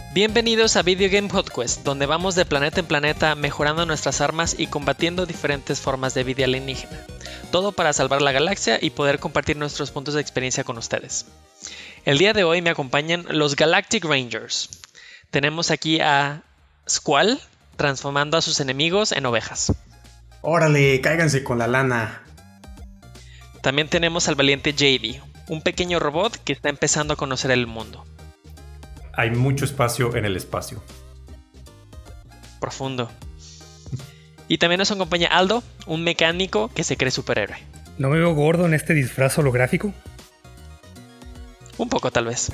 Bienvenidos a Video Game Podcast, donde vamos de planeta en planeta mejorando nuestras armas y combatiendo diferentes formas de vida alienígena. Todo para salvar la galaxia y poder compartir nuestros puntos de experiencia con ustedes. El día de hoy me acompañan los Galactic Rangers. Tenemos aquí a Squall transformando a sus enemigos en ovejas. Órale, cáiganse con la lana. También tenemos al valiente JD, un pequeño robot que está empezando a conocer el mundo. Hay mucho espacio en el espacio. Profundo. Y también nos acompaña Aldo, un mecánico que se cree superhéroe. ¿No me veo gordo en este disfraz holográfico? Un poco, tal vez.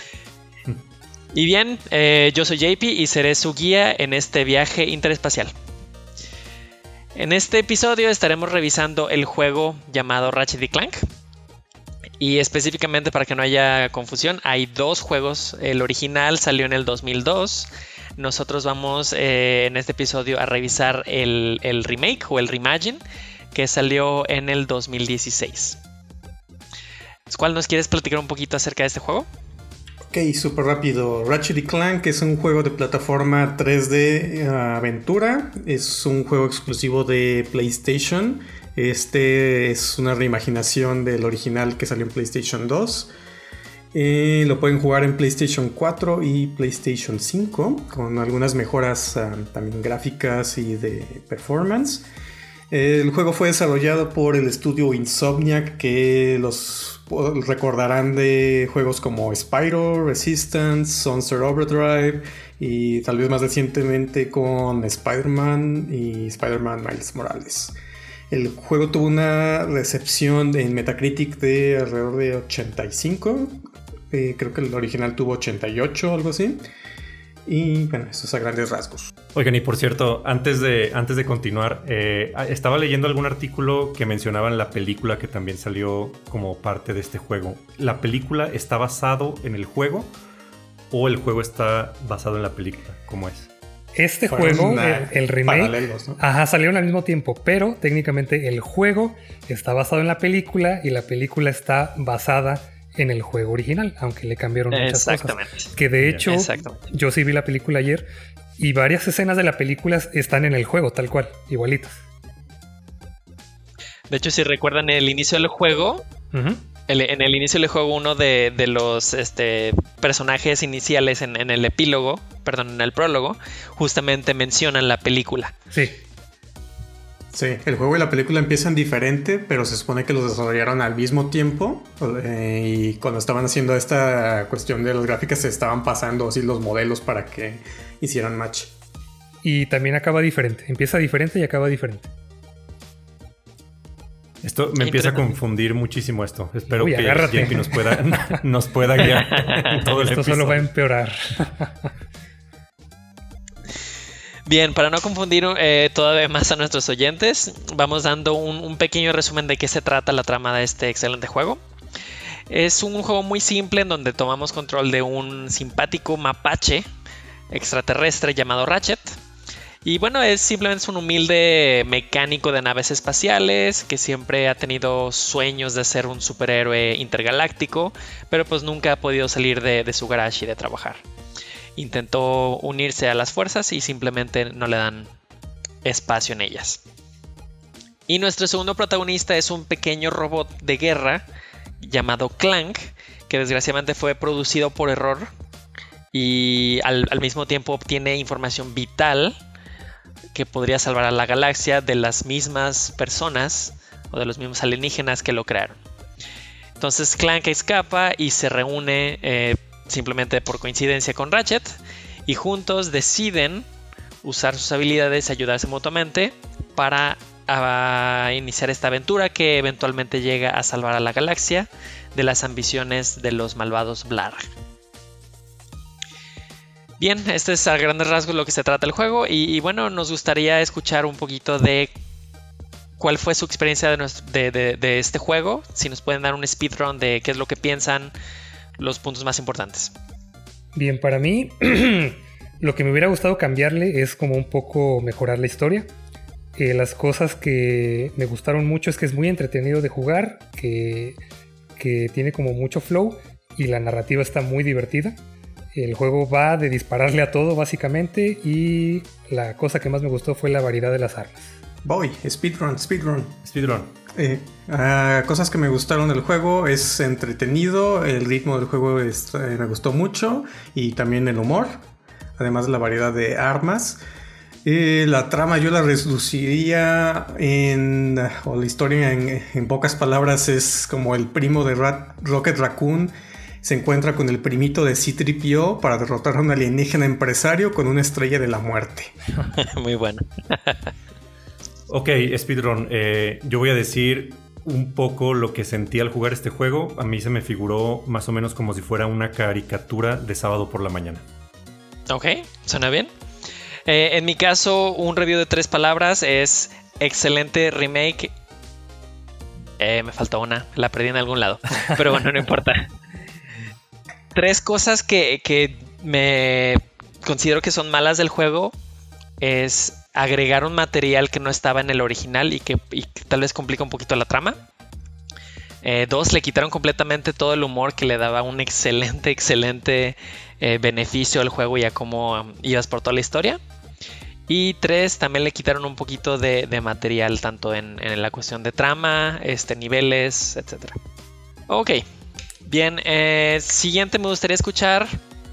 Y bien, yo soy JP y seré su guía en este viaje interespacial. En este episodio estaremos revisando el juego llamado Ratchet & Clank. Y específicamente, para que no haya confusión, hay dos juegos. El original salió en el 2002. Nosotros vamos en este episodio a revisar el remake o el reimagine que salió en el 2016. ¿Cuál nos quieres platicar un poquito acerca de este juego? Ok, súper rápido. Ratchet & Clank es un juego de plataforma 3D aventura. Es un juego exclusivo de PlayStation. Este es una reimaginación del original que salió en PlayStation 2. Lo pueden jugar en PlayStation 4 y PlayStation 5 con algunas mejoras también gráficas y de performance. El juego fue desarrollado por el estudio Insomniac, que los recordarán de juegos como Spyro, Resistance, Sunset Overdrive y tal vez más recientemente con Spider-Man y Spider-Man Miles Morales. El juego tuvo una recepción en Metacritic de alrededor de 85. Creo que el original tuvo 88 o algo así. Y bueno, eso es a grandes rasgos. Oigan, y por cierto, antes de continuar, estaba leyendo algún artículo que mencionaban la película que también salió como parte de este juego. ¿La película está basado en el juego o el juego está basado en la película? ¿Cómo es? Este juego, el remake, ¿no? Salieron al mismo tiempo, pero técnicamente el juego está basado en la película y la película está basada en el juego original, aunque le cambiaron muchas cosas. Que de hecho, yo sí vi la película ayer y varias escenas de la película están en el juego, tal cual, igualitas. De hecho, si recuerdan el inicio del juego, en el inicio del juego, uno de los personajes iniciales en el epílogo, en el prólogo, justamente mencionan la película. Sí. Sí, el juego y la película empiezan diferente, pero se supone que los desarrollaron al mismo tiempo. Y cuando estaban haciendo esta cuestión de las gráficas, se estaban pasando así los modelos para que hicieran match. Y también acaba diferente. Empieza diferente y acaba diferente. Esto me empieza a confundir muchísimo esto. Espero que agárrate. JP nos pueda guiar en todo el episodio. Esto solo va a empeorar. Bien, para no confundir todavía más a nuestros oyentes, vamos dando un pequeño resumen de qué se trata la trama de este excelente juego. Es un juego muy simple en donde tomamos control de un simpático mapache extraterrestre llamado Ratchet. Y bueno, simplemente un humilde mecánico de naves espaciales que siempre ha tenido sueños de ser un superhéroe intergaláctico, pero pues nunca ha podido salir de su garage y de trabajar. Intentó unirse a las fuerzas y simplemente no le dan espacio en ellas. Y nuestro segundo protagonista es un pequeño robot de guerra llamado Clank, que desgraciadamente fue producido por error y al mismo tiempo obtiene información vital que podría salvar a la galaxia de las mismas personas o de los mismos alienígenas que lo crearon. Entonces Clank escapa y se reúne simplemente por coincidencia con Ratchet, y juntos deciden usar sus habilidades y ayudarse mutuamente para iniciar esta aventura que eventualmente llega a salvar a la galaxia de las ambiciones de los malvados Blarg. Bien, este es a grandes rasgos lo que se trata el juego, y bueno, nos gustaría escuchar un poquito de cuál fue su experiencia de este juego. Si nos pueden dar un speedrun de qué es lo que piensan, los puntos más importantes. Bien, para mí lo que me hubiera gustado cambiarle es como un poco mejorar la historia. Las cosas que me gustaron mucho es que es muy entretenido de jugar, que tiene como mucho flow y la narrativa está muy divertida. El juego va de dispararle a todo básicamente y la cosa que más me gustó fue la variedad de las armas. Voy, speedrun. Cosas que me gustaron del juego: es entretenido, el ritmo del juego me gustó mucho y también el humor, además de la variedad de armas. La trama yo la reduciría o la historia en pocas palabras es como el primo de Rocket Raccoon se encuentra con el primito de C-3PO para derrotar a un alienígena empresario con una estrella de la muerte. Muy bueno. Ok, speedrun. Yo voy a decir un poco lo que sentí al jugar este juego. A mí se me figuró más o menos como si fuera una caricatura de sábado por la mañana. Ok, suena bien. En mi caso, un review de 3 palabras es excelente remake. Me faltó una, la perdí en algún lado, pero bueno, no importa. 3 cosas que me considero que son malas del juego es agregar un material que no estaba en el original y que tal vez complica un poquito la trama. 2, le quitaron completamente todo el humor que le daba un excelente beneficio al juego y a cómo ibas por toda la historia. Y 3, también le quitaron un poquito de material, tanto en la cuestión de trama, niveles, etc. Ok, bien. Siguiente, me gustaría escuchar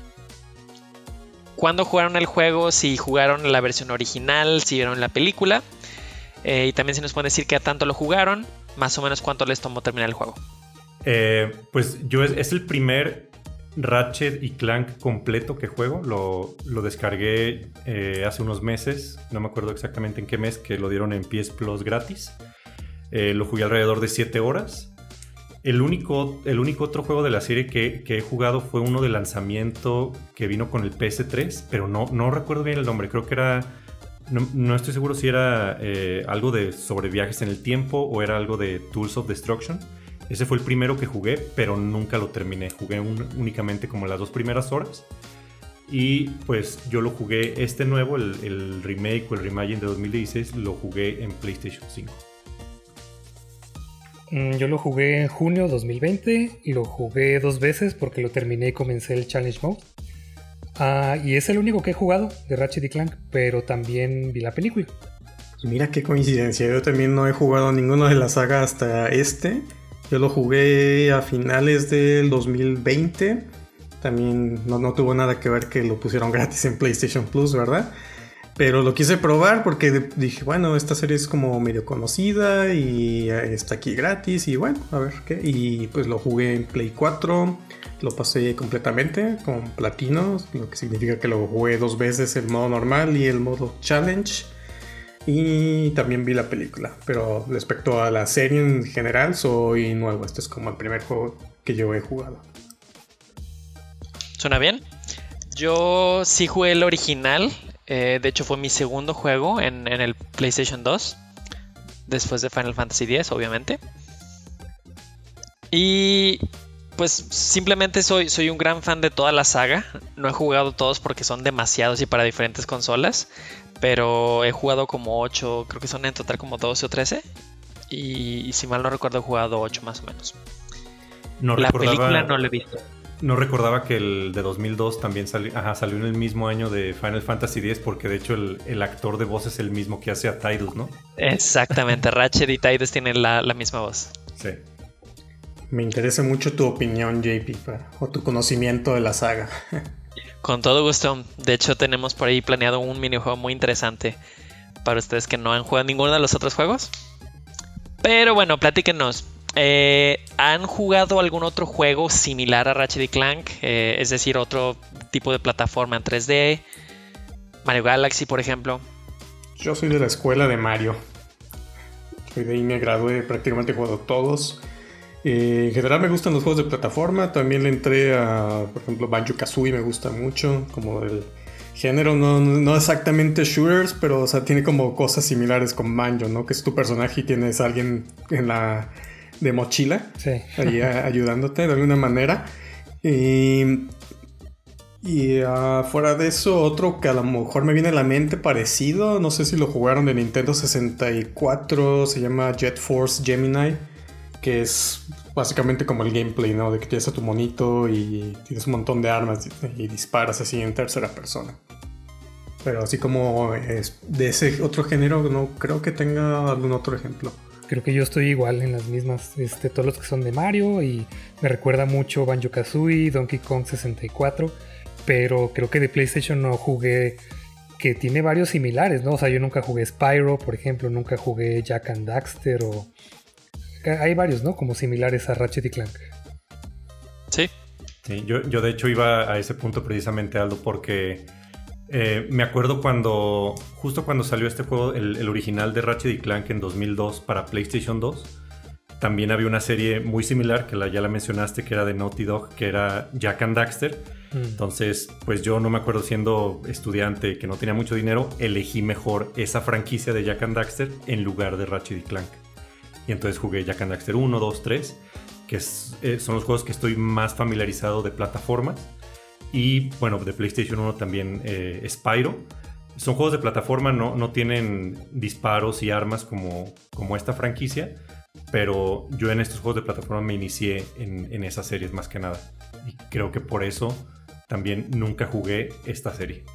cuándo jugaron el juego, si jugaron la versión original, si vieron la película. Y también si nos pueden decir qué tanto lo jugaron, más o menos cuánto les tomó terminar el juego. Pues es el primer Ratchet y Clank completo que juego. Lo descargué hace unos meses, no me acuerdo exactamente en qué mes, que lo dieron en PS Plus gratis. Lo jugué alrededor de 7 horas. El único otro juego de la serie que he jugado fue uno de lanzamiento que vino con el PS3, pero no recuerdo bien el nombre. Creo que era... No estoy seguro si era algo sobre viajes en el tiempo o era algo de Tools of Destruction. Ese fue el primero que jugué, pero nunca lo terminé. Jugué únicamente como las 2 primeras horas. Y pues yo lo jugué, nuevo, el remake o el reimagine de 2016, lo jugué en PlayStation 5. Yo lo jugué en junio 2020 y lo jugué 2 veces porque lo terminé y comencé el Challenge Mode. Y es el único que he jugado de Ratchet y Clank, pero también vi la película. Mira qué coincidencia, yo también no he jugado ninguno de la saga hasta Yo lo jugué a finales del 2020. También no tuvo nada que ver que lo pusieron gratis en PlayStation Plus, ¿verdad? Pero lo quise probar porque dije, bueno, esta serie es como medio conocida y está aquí gratis y bueno, a ver qué. Y pues lo jugué en Play 4, lo pasé completamente con platino, lo que significa que lo jugué 2 veces, el modo normal y el modo challenge. Y también vi la película, pero respecto a la serie en general soy nuevo. Este es como el primer juego que yo he jugado. ¿Suena bien? Yo sí jugué el original. De hecho fue mi segundo juego en el PlayStation 2, después de Final Fantasy X, obviamente. Y pues simplemente soy un gran fan de toda la saga. No he jugado todos porque son demasiados y para diferentes consolas, pero he jugado como 8, creo que son en total como 12 o 13. Y si mal no recuerdo he jugado 8 más o menos. La película no la he visto. No recordaba que el de 2002 también salió en el mismo año de Final Fantasy X, porque de hecho el actor de voz es el mismo que hace a Tidus, ¿no? Exactamente, Ratchet y Tidus tienen la misma voz. Sí. Me interesa mucho tu opinión, JP, o tu conocimiento de la saga. Con todo gusto. De hecho tenemos por ahí planeado un minijuego muy interesante para ustedes que no han jugado ninguno de los otros juegos. Pero bueno, platíquenos. ¿Han jugado algún otro juego similar a Ratchet y Clank? Es decir, otro tipo de plataforma en 3D. Mario Galaxy, por ejemplo. Yo soy de la escuela de Mario. Soy de ahí, me gradué, prácticamente he jugado todos. En general me gustan los juegos de plataforma. También le entré a, por ejemplo, Banjo-Kazooie, me gusta mucho. Como el género, no exactamente shooters, pero o sea, tiene como cosas similares con Banjo, ¿no? Que es tu personaje y tienes a alguien de mochila, sí, ahí ayudándote de alguna manera. Y fuera de eso, otro que a lo mejor me viene a la mente parecido, no sé si lo jugaron de Nintendo 64, se llama Jet Force Gemini, que es básicamente como el gameplay, ¿no? De que tienes a tu monito y tienes un montón de armas y disparas así en tercera persona. Pero así como de ese otro género, no creo que tenga algún otro ejemplo. Creo que yo estoy igual en las mismas, todos los que son de Mario, y me recuerda mucho Banjo-Kazooie, Donkey Kong 64, pero creo que de PlayStation no jugué, que tiene varios similares, ¿no? O sea, yo nunca jugué Spyro, por ejemplo, nunca jugué Jak and Daxter, o hay varios, ¿no? Como similares a Ratchet y Clank. Sí. Sí, yo de hecho iba a ese punto precisamente, Aldo, porque me acuerdo justo cuando salió este juego, el original de Ratchet y Clank en 2002 para PlayStation 2, también había una serie muy similar, que ya la mencionaste, que era de Naughty Dog, que era Jak and Daxter. Entonces, pues yo no me acuerdo, siendo estudiante que no tenía mucho dinero, elegí mejor esa franquicia de Jak and Daxter en lugar de Ratchet y Clank. Y entonces jugué Jak and Daxter 1, 2, 3, que son los juegos que estoy más familiarizado de plataformas. Y bueno, de PlayStation 1 también Spyro. Son juegos de plataforma, no tienen disparos y armas como esta franquicia, pero yo en estos juegos de plataforma me inicié en esas series más que nada. Y creo que por eso también nunca jugué esta serie.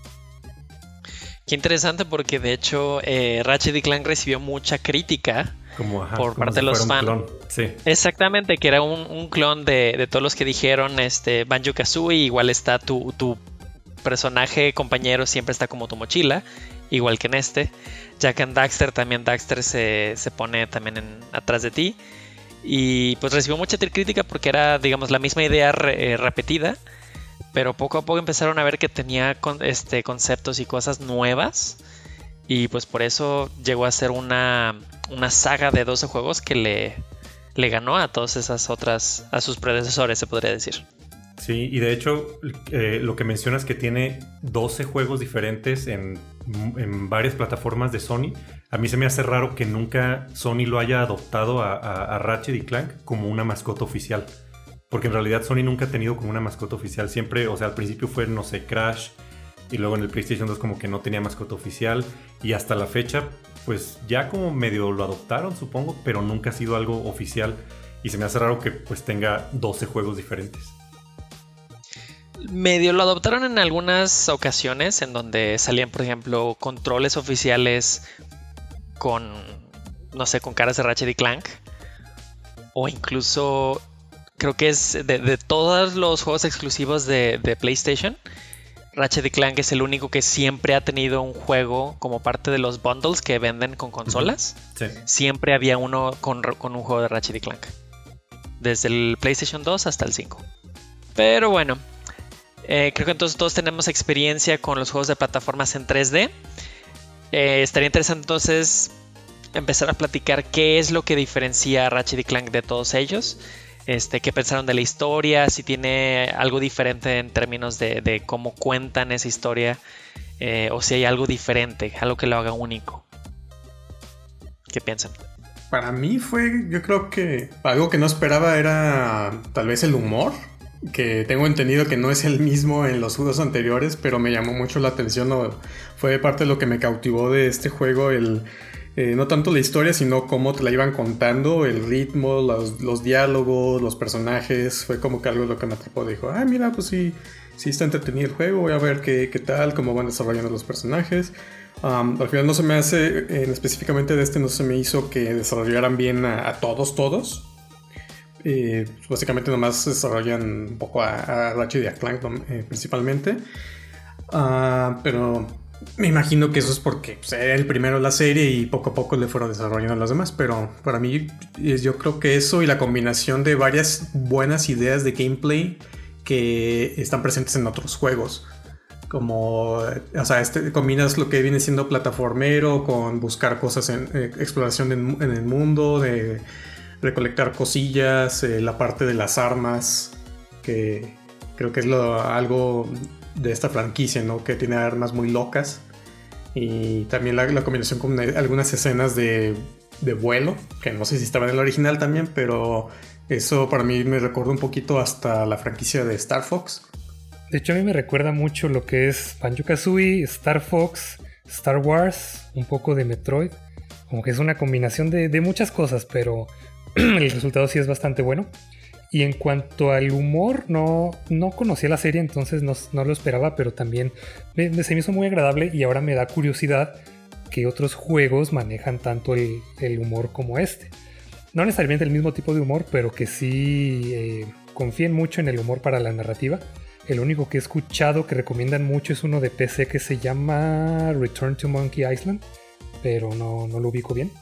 Qué interesante, porque de hecho Ratchet y Clank recibió mucha crítica por parte de los fans. Sí. Exactamente, que era un clon de todos los que dijeron. Banjo-Kazooie, igual está tu personaje compañero, siempre está como tu mochila, igual que en este. Jak and Daxter, también Daxter se pone también atrás de ti. Y pues recibió mucha crítica porque era, digamos, la misma idea repetida. Pero poco a poco empezaron a ver que tenía conceptos y cosas nuevas. Y pues por eso llegó a ser una saga de 12 juegos que le ganó a todas esas otras, a sus predecesores, se podría decir. Sí, y de hecho lo que mencionas, que tiene 12 juegos diferentes en varias plataformas de Sony, a mí se me hace raro que nunca Sony lo haya adoptado a Ratchet y Clank como una mascota oficial. Porque en realidad Sony nunca ha tenido como una mascota oficial. Siempre, o sea, al principio fue, no sé, Crash. Y luego en el PlayStation 2 como que no tenía mascota oficial. Y hasta la fecha, pues ya como medio lo adoptaron, supongo. Pero nunca ha sido algo oficial. Y se me hace raro que pues tenga 12 juegos diferentes. Medio lo adoptaron en algunas ocasiones, en donde salían, por ejemplo, controles oficiales con, no sé, con caras de Ratchet y Clank. O incluso... creo que es de todos los juegos exclusivos de PlayStation, Ratchet y Clank es el único que siempre ha tenido un juego como parte de los bundles que venden con consolas. Sí. Siempre había uno con un juego de Ratchet y Clank. Desde el PlayStation 2 hasta el 5. Pero bueno, creo que entonces todos tenemos experiencia con los juegos de plataformas en 3D. Estaría interesante entonces empezar a platicar qué es lo que diferencia a Ratchet y Clank de todos ellos. ¿Qué pensaron de la historia? Si tiene algo diferente en términos de cómo cuentan esa historia, o si hay algo diferente, algo que lo haga único. ¿Qué piensan? Para mí yo creo que algo que no esperaba era tal vez el humor, que tengo entendido que no es el mismo en los juegos anteriores, pero me llamó mucho la atención, fue parte de lo que me cautivó de este juego, no tanto la historia, sino cómo te la iban contando, el ritmo, los diálogos, los personajes. Fue como que algo lo que me atrapó. Dijo, mira, pues sí está entretenido el juego, voy a ver qué tal, cómo van desarrollando los personajes. Al final no se me hace, específicamente de no se me hizo que desarrollaran bien a todos. Básicamente nomás desarrollan un poco a Ratchet y a Clank principalmente. Pero... me imagino que eso es porque era el primero de la serie y poco a poco le fueron desarrollando a los demás. Pero para mí yo creo que eso y la combinación de varias buenas ideas de gameplay que están presentes en otros juegos. Como, o sea, combinas lo que viene siendo plataformero con buscar cosas en exploración en el mundo, de recolectar cosillas, la parte de las armas, que creo que es algo... de esta franquicia, ¿no? Que tiene armas muy locas. Y también la combinación con algunas escenas de vuelo, que no sé si estaba en el original también, pero eso para mí me recuerda un poquito hasta la franquicia de Star Fox. De hecho, a mí me recuerda mucho lo que es Banjo-Kazooie, Star Fox, Star Wars, un poco de Metroid. Como que es una combinación de muchas cosas, pero el resultado sí es bastante bueno. Y en cuanto al humor, no conocía la serie, entonces no lo esperaba, pero también se me hizo muy agradable y ahora me da curiosidad que otros juegos manejan tanto el humor como este. No necesariamente el mismo tipo de humor, pero que sí confíen mucho en el humor para la narrativa. El único que he escuchado que recomiendan mucho es uno de PC que se llama Return to Monkey Island, pero no lo ubico bien.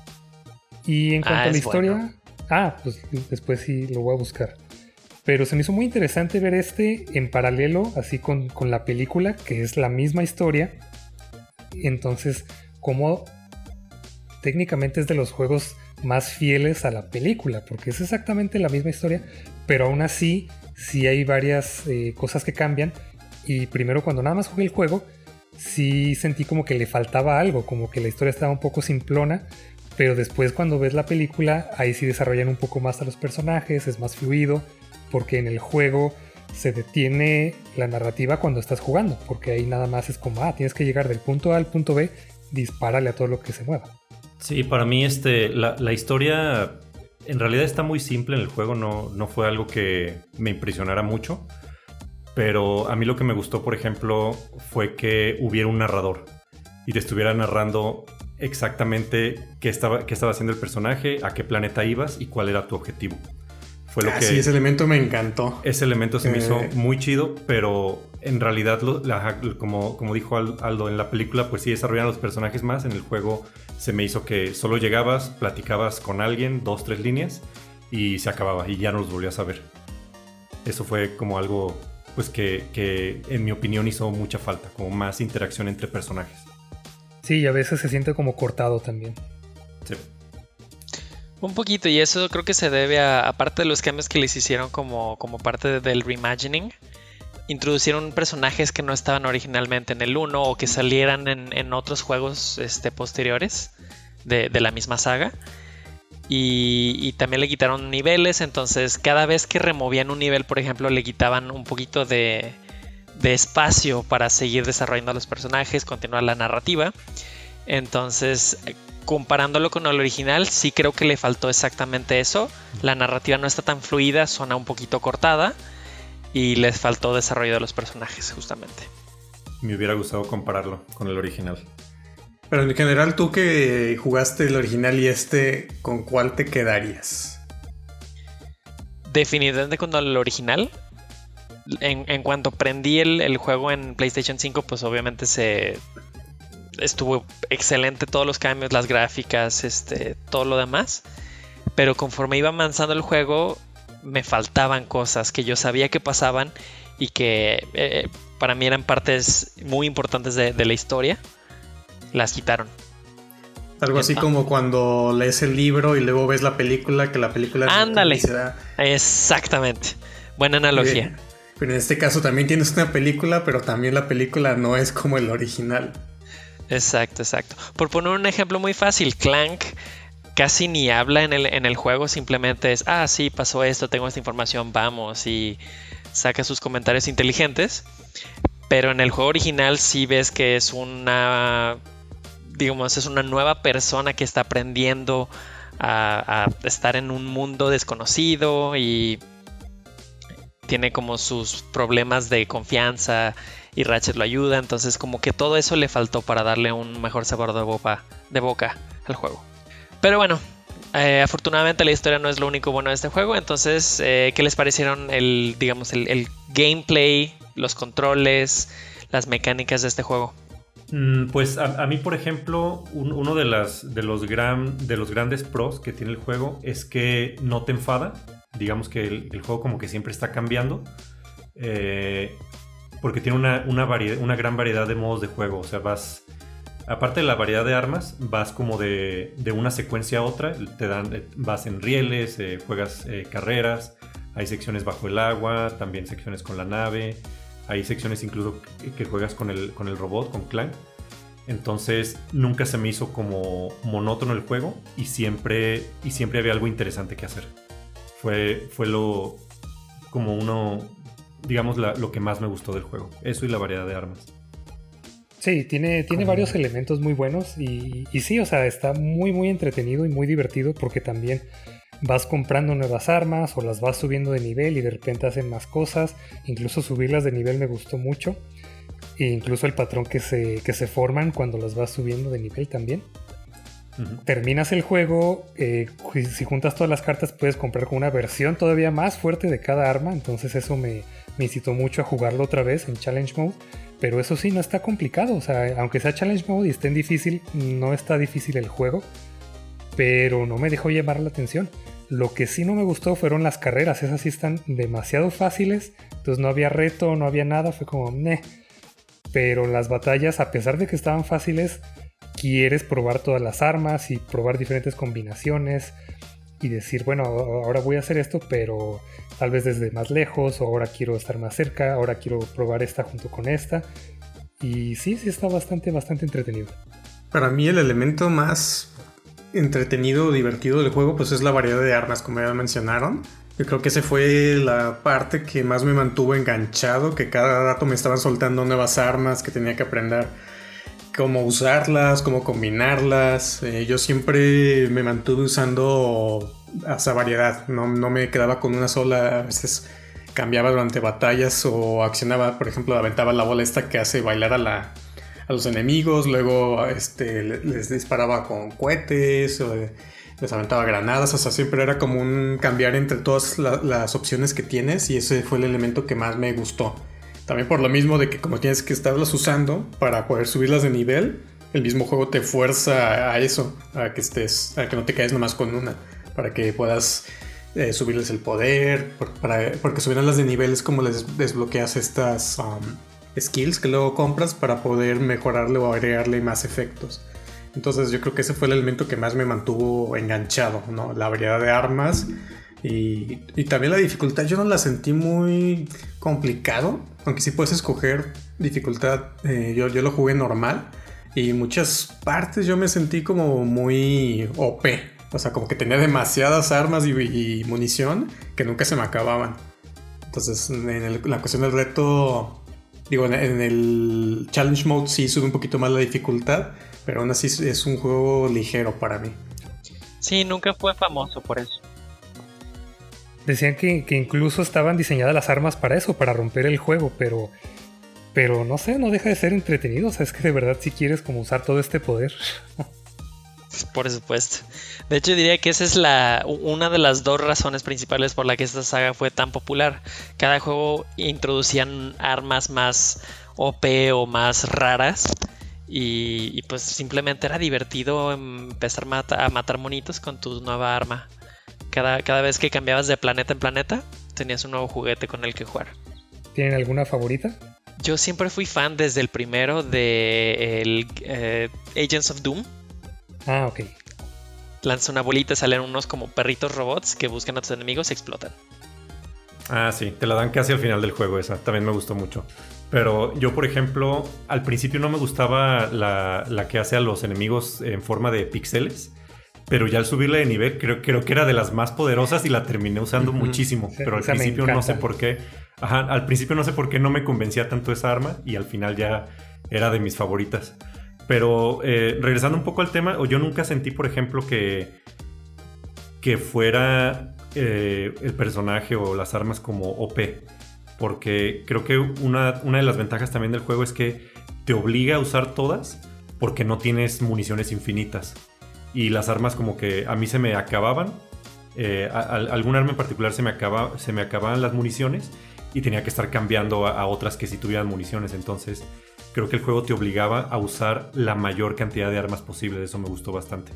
Y en cuanto a la historia... Bueno. Pues después sí lo voy a buscar. Pero se me hizo muy interesante ver en paralelo, así con la película, que es la misma historia. Entonces, como técnicamente es de los juegos más fieles a la película, porque es exactamente la misma historia, pero aún así, sí hay varias cosas que cambian. Y primero, cuando nada más jugué el juego, sí sentí como que le faltaba algo, como que la historia estaba un poco simplona. Pero después cuando ves la película, ahí sí desarrollan un poco más a los personajes, es más fluido, porque en el juego se detiene la narrativa cuando estás jugando, porque ahí nada más es como, tienes que llegar del punto A al punto B, dispárale a todo lo que se mueva. Sí, para mí la historia en realidad está muy simple en el juego, no fue algo que me impresionara mucho, pero a mí lo que me gustó, por ejemplo, fue que hubiera un narrador y te estuviera narrando exactamente qué estaba haciendo el personaje, a qué planeta ibas y cuál era tu objetivo. Fue lo que... Sí, ese elemento me encantó. Ese elemento se me hizo muy chido, pero en realidad, como dijo Aldo, en la película, pues sí desarrollan los personajes más. En el juego se me hizo que solo llegabas, platicabas con alguien, 2-3 líneas, y se acababa, y ya no los volvías a ver. Eso fue como algo, pues que en mi opinión hizo mucha falta, como más interacción entre personajes. Sí, y a veces se siente como cortado también. Sí. Un poquito, y eso creo que se debe a parte de los cambios que les hicieron como parte del reimagining. Introducieron personajes que no estaban originalmente en el 1 o que salieran en otros juegos posteriores de la misma saga. Y también le quitaron niveles, entonces cada vez que removían un nivel, por ejemplo, le quitaban un poquito de espacio para seguir desarrollando a los personajes, continuar la narrativa. Entonces, comparándolo con el original, sí creo que le faltó exactamente eso. La narrativa no está tan fluida, suena un poquito cortada y les faltó desarrollo de los personajes, justamente. Me hubiera gustado compararlo con el original. Pero en general, tú que jugaste el original y ¿con cuál te quedarías? Definitivamente con el original. En cuanto prendí el juego en PlayStation 5, pues obviamente estuvo excelente todos los cambios, las gráficas, todo lo demás. Pero conforme iba avanzando el juego, me faltaban cosas que yo sabía que pasaban y que para mí eran partes muy importantes de la historia. Las quitaron. Algo así como cuando lees el libro y luego ves la película, que la película... Ándale, exactamente. Buena analogía. Pero en este caso también tienes una película, pero también la película no es como el original. Exacto. Por poner un ejemplo muy fácil, Clank casi ni habla en el juego, simplemente es, sí, pasó esto, tengo esta información, vamos, y saca sus comentarios inteligentes. Pero en el juego original sí ves que es una nueva persona que está aprendiendo a estar en un mundo desconocido y tiene como sus problemas de confianza y Ratchet lo ayuda, entonces como que todo eso le faltó para darle un mejor sabor de boca al juego. Pero bueno, afortunadamente la historia no es lo único bueno de este juego, entonces ¿qué les parecieron el gameplay, los controles, las mecánicas de este juego? Pues a mí, por ejemplo, uno de los grandes pros que tiene el juego es que no te enfada. Digamos que el juego como que siempre está cambiando, porque tiene una gran variedad de modos de juego. O sea, aparte de la variedad de armas, vas como de una secuencia a otra. Vas en rieles, juegas carreras, hay secciones bajo el agua, también secciones con la nave, hay secciones incluso que juegas con el robot, con Clank. Entonces nunca se me hizo como monótono el juego y siempre había algo interesante que hacer. Fue lo que más me gustó del juego. Eso y la variedad de armas. Sí, tiene varios elementos muy buenos y sí, o sea, está muy muy entretenido y muy divertido porque también vas comprando nuevas armas o las vas subiendo de nivel y de repente hacen más cosas. Incluso subirlas de nivel me gustó mucho. E incluso el patrón que se forman cuando las vas subiendo de nivel también. Terminas el juego, si juntas todas las cartas puedes comprar con una versión todavía más fuerte de cada arma. Entonces eso me incitó mucho a jugarlo otra vez en Challenge Mode. Pero eso sí, no está complicado. O sea, aunque sea Challenge Mode y esté en difícil, no está difícil el juego. Pero no me dejó llamar la atención. Lo que sí no me gustó fueron las carreras. Esas sí están demasiado fáciles. Entonces no había reto, no había nada. Fue como, meh. Pero las batallas, a pesar de que estaban fáciles, quieres probar todas las armas y probar diferentes combinaciones. Y decir, bueno, ahora voy a hacer esto, pero tal vez desde más lejos. O ahora quiero estar más cerca. Ahora quiero probar esta junto con esta. Y sí está bastante entretenido. Para mí el elemento más entretenido o divertido del juego pues es la variedad de armas, como ya mencionaron. Yo creo que esa fue la parte que más me mantuvo enganchado, que cada rato me estaban soltando nuevas armas que tenía que aprender cómo usarlas, cómo combinarlas. Yo siempre me mantuve usando esa variedad, no me quedaba con una sola. A veces cambiaba durante batallas o accionaba, por ejemplo, aventaba la bola esta que hace bailar a los enemigos, luego les disparaba con cohetes, les aventaba granadas. O sea, siempre era como un cambiar entre todas las opciones que tienes, y ese fue el elemento que más me gustó. También por lo mismo de que como tienes que estarlas usando para poder subirlas de nivel, el mismo juego te fuerza a eso, a que no te quedes nomás con una, para que puedas subirles el poder, porque subirlas de nivel es como les desbloqueas estas skills que luego compras para poder mejorarle o agregarle más efectos. Entonces yo creo que ese fue el elemento que más me mantuvo enganchado, ¿no? La variedad de armas y también la dificultad. Yo no la sentí muy complicado, aunque sí puedes escoger dificultad. Yo lo jugué normal y en muchas partes yo me sentí como muy OP. O sea, como que tenía demasiadas armas y munición que nunca se me acababan. Entonces en la cuestión del reto, digo, en el Challenge Mode sí sube un poquito más la dificultad, pero aún así es un juego ligero para mí. Sí, nunca fue famoso por eso. Decían que incluso estaban diseñadas las armas para eso, para romper el juego, pero no sé, no deja de ser entretenido. O sea, es que de verdad si quieres como usar todo este poder. Por supuesto. De hecho diría que esa es una de las dos razones principales por la que esta saga fue tan popular. Cada juego introducían armas más OP o más raras, y pues simplemente era divertido empezar a matar monitos con tu nueva arma. Cada vez que cambiabas de planeta en planeta tenías un nuevo juguete con el que jugar. ¿Tienen alguna favorita? Yo siempre fui fan desde el primero de Agents of Doom. Ah, ok. Lanza una bolita, salen unos como perritos robots que buscan a tus enemigos y explotan. Ah, sí, te la dan casi al final del juego. Esa también me gustó mucho. Pero yo, por ejemplo, al principio no me gustaba la que hace a los enemigos en forma de píxeles. Pero ya al subirle de nivel creo que era de las más poderosas y la terminé usando muchísimo. Sí, pero al principio no sé por qué. Al principio no sé por qué no me convencía tanto esa arma, y al final ya era de mis favoritas. Pero regresando un poco al tema, yo nunca sentí, por ejemplo, que fuera el personaje o las armas como OP. Porque creo que una de las ventajas también del juego es que te obliga a usar todas porque no tienes municiones infinitas. Y las armas como que a mí se me acababan. Algún arma en particular se me acababan las municiones y tenía que estar cambiando a otras que sí tuvieran municiones. Entonces creo que el juego te obligaba a usar la mayor cantidad de armas posible. Eso me gustó bastante.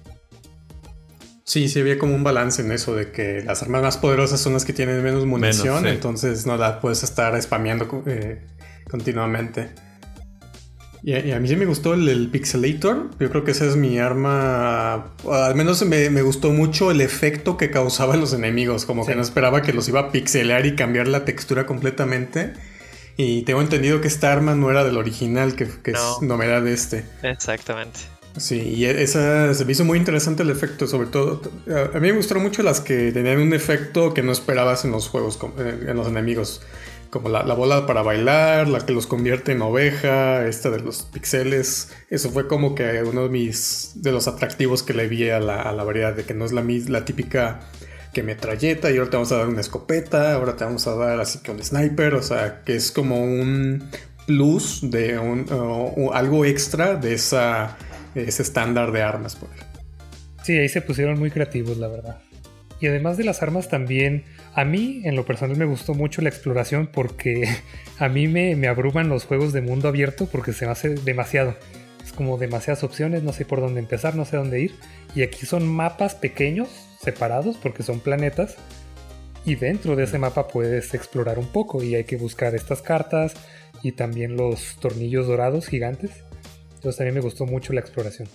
Sí, había como un balance en eso de que las armas más poderosas son las que tienen menos munición, sí. Entonces no la puedes estar spameando continuamente. Y a mí sí me gustó el Pixelator. Yo creo que esa es mi arma. Al menos me gustó mucho el efecto que causaba en los enemigos. Como que no esperaba que los iba a pixelar y cambiar la textura completamente. Y tengo entendido que esta arma no era del original, que es novedad de este. Exactamente. Sí, y esa se me hizo muy interesante el efecto. Sobre todo, a mí me gustaron mucho las que tenían un efecto que no esperabas en los juegos, en los enemigos. como la bola para bailar, la que los convierte en oveja, esta de los pixeles. Eso fue como que uno de los atractivos que le vi a la variedad, de que no es la típica que metralleta y ahora te vamos a dar una escopeta, ahora te vamos a dar así que un sniper, o sea, que es como un plus de algo extra de ese estándar de armas. Sí, ahí se pusieron muy creativos, la verdad. Y además de las armas también, a mí en lo personal me gustó mucho la exploración porque a mí me abruman los juegos de mundo abierto porque se me hace demasiado. Es como demasiadas opciones, no sé por dónde empezar, no sé dónde ir. Y aquí son mapas pequeños, separados porque son planetas. Y dentro de ese mapa puedes explorar un poco y hay que buscar estas cartas y también los tornillos dorados gigantes. Entonces también me gustó mucho la exploración.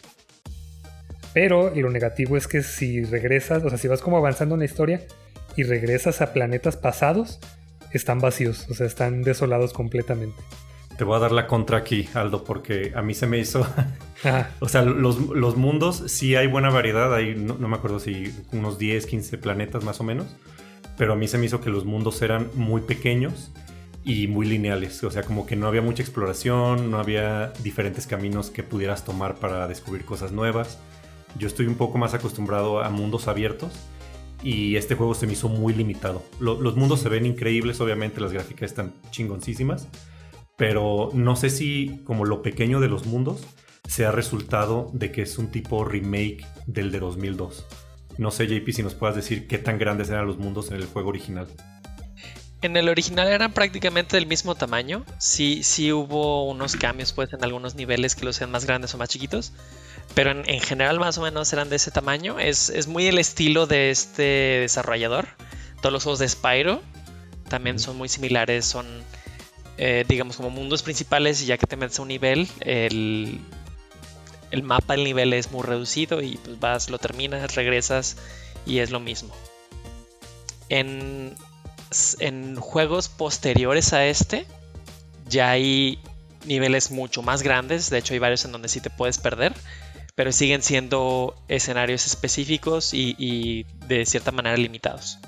Pero lo negativo es que si regresas, o sea, si vas como avanzando en la historia y regresas a planetas pasados, están vacíos, o sea, están desolados completamente. Te voy a dar la contra aquí, Aldo, porque a mí se me hizo... O sea, los mundos sí hay buena variedad, hay, no me acuerdo si unos 10, 15 planetas más o menos, pero a mí se me hizo que los mundos eran muy pequeños y muy lineales, o sea, como que no había mucha exploración, no había diferentes caminos que pudieras tomar para descubrir cosas nuevas. Yo estoy un poco más acostumbrado a mundos abiertos y este juego se me hizo muy limitado. Los mundos se ven increíbles, obviamente las gráficas están chingoncísimas, pero no sé si como lo pequeño de los mundos sea resultado de que es un tipo remake del de 2002. No sé, JP, si nos puedas decir qué tan grandes eran los mundos en el juego original. En el original eran prácticamente del mismo tamaño. Sí hubo unos cambios pues en algunos niveles que los hacían más grandes o más chiquitos, pero en general más o menos eran de ese tamaño. Es muy el estilo de este desarrollador. Todos los juegos de Spyro también son muy similares, son digamos como mundos principales y ya que te metes a un nivel, el mapa del nivel es muy reducido y pues vas, lo terminas, regresas y es lo mismo. En juegos posteriores a este ya hay niveles mucho más grandes, de hecho hay varios en donde sí te puedes perder, pero siguen siendo escenarios específicos y de cierta manera limitados.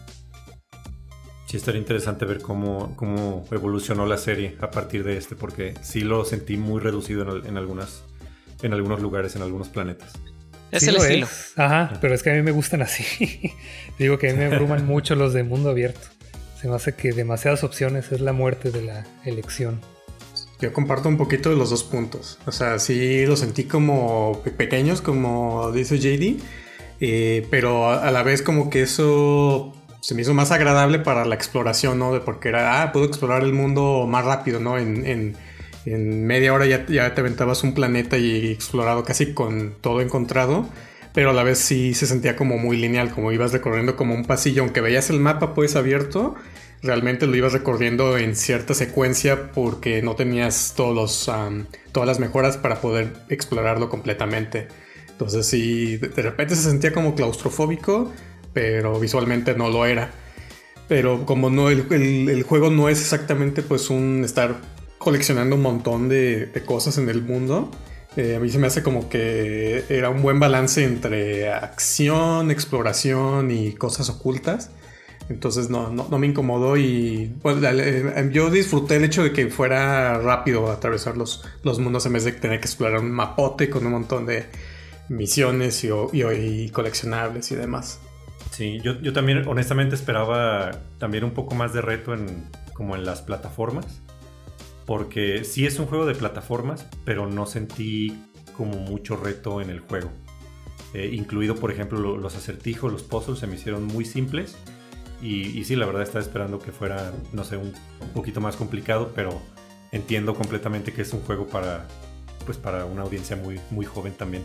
Sí, estaría interesante ver cómo evolucionó la serie a partir de este, porque sí lo sentí muy reducido en algunos lugares, en algunos planetas. Es sí el estilo. Ajá, pero es que a mí me gustan así. Digo que a mí me abruman mucho los de mundo abierto. Se me hace que demasiadas opciones es la muerte de la elección. Yo comparto un poquito de los dos puntos. O sea, sí los sentí como pequeños, como dice JD, pero a la vez como que eso se me hizo más agradable para la exploración, ¿no? Porque era, puedo explorar el mundo más rápido, ¿no? En media hora ya te aventabas un planeta y explorado casi con todo encontrado, pero a la vez sí se sentía como muy lineal, como ibas recorriendo como un pasillo, aunque veías el mapa pues abierto, realmente lo ibas recorriendo en cierta secuencia porque no tenías todas las mejoras para poder explorarlo completamente. Entonces sí, de repente se sentía como claustrofóbico, pero visualmente no lo era. Pero como no el juego no es exactamente pues un estar coleccionando un montón de cosas en el mundo, a mí se me hace como que era un buen balance entre acción, exploración y cosas ocultas. Entonces no me incomodó y bueno, yo disfruté el hecho de que fuera rápido atravesar los mundos en vez de tener que explorar un mapote con un montón de misiones y coleccionables y demás. Sí, yo también honestamente esperaba también un poco más de reto como en las plataformas, porque sí es un juego de plataformas, pero no sentí como mucho reto en el juego. Incluido, por ejemplo, los acertijos, los puzzles se me hicieron muy simples. Y sí, la verdad estaba esperando que fuera, no sé, un poquito más complicado, pero entiendo completamente que es un juego para una audiencia muy, muy joven también.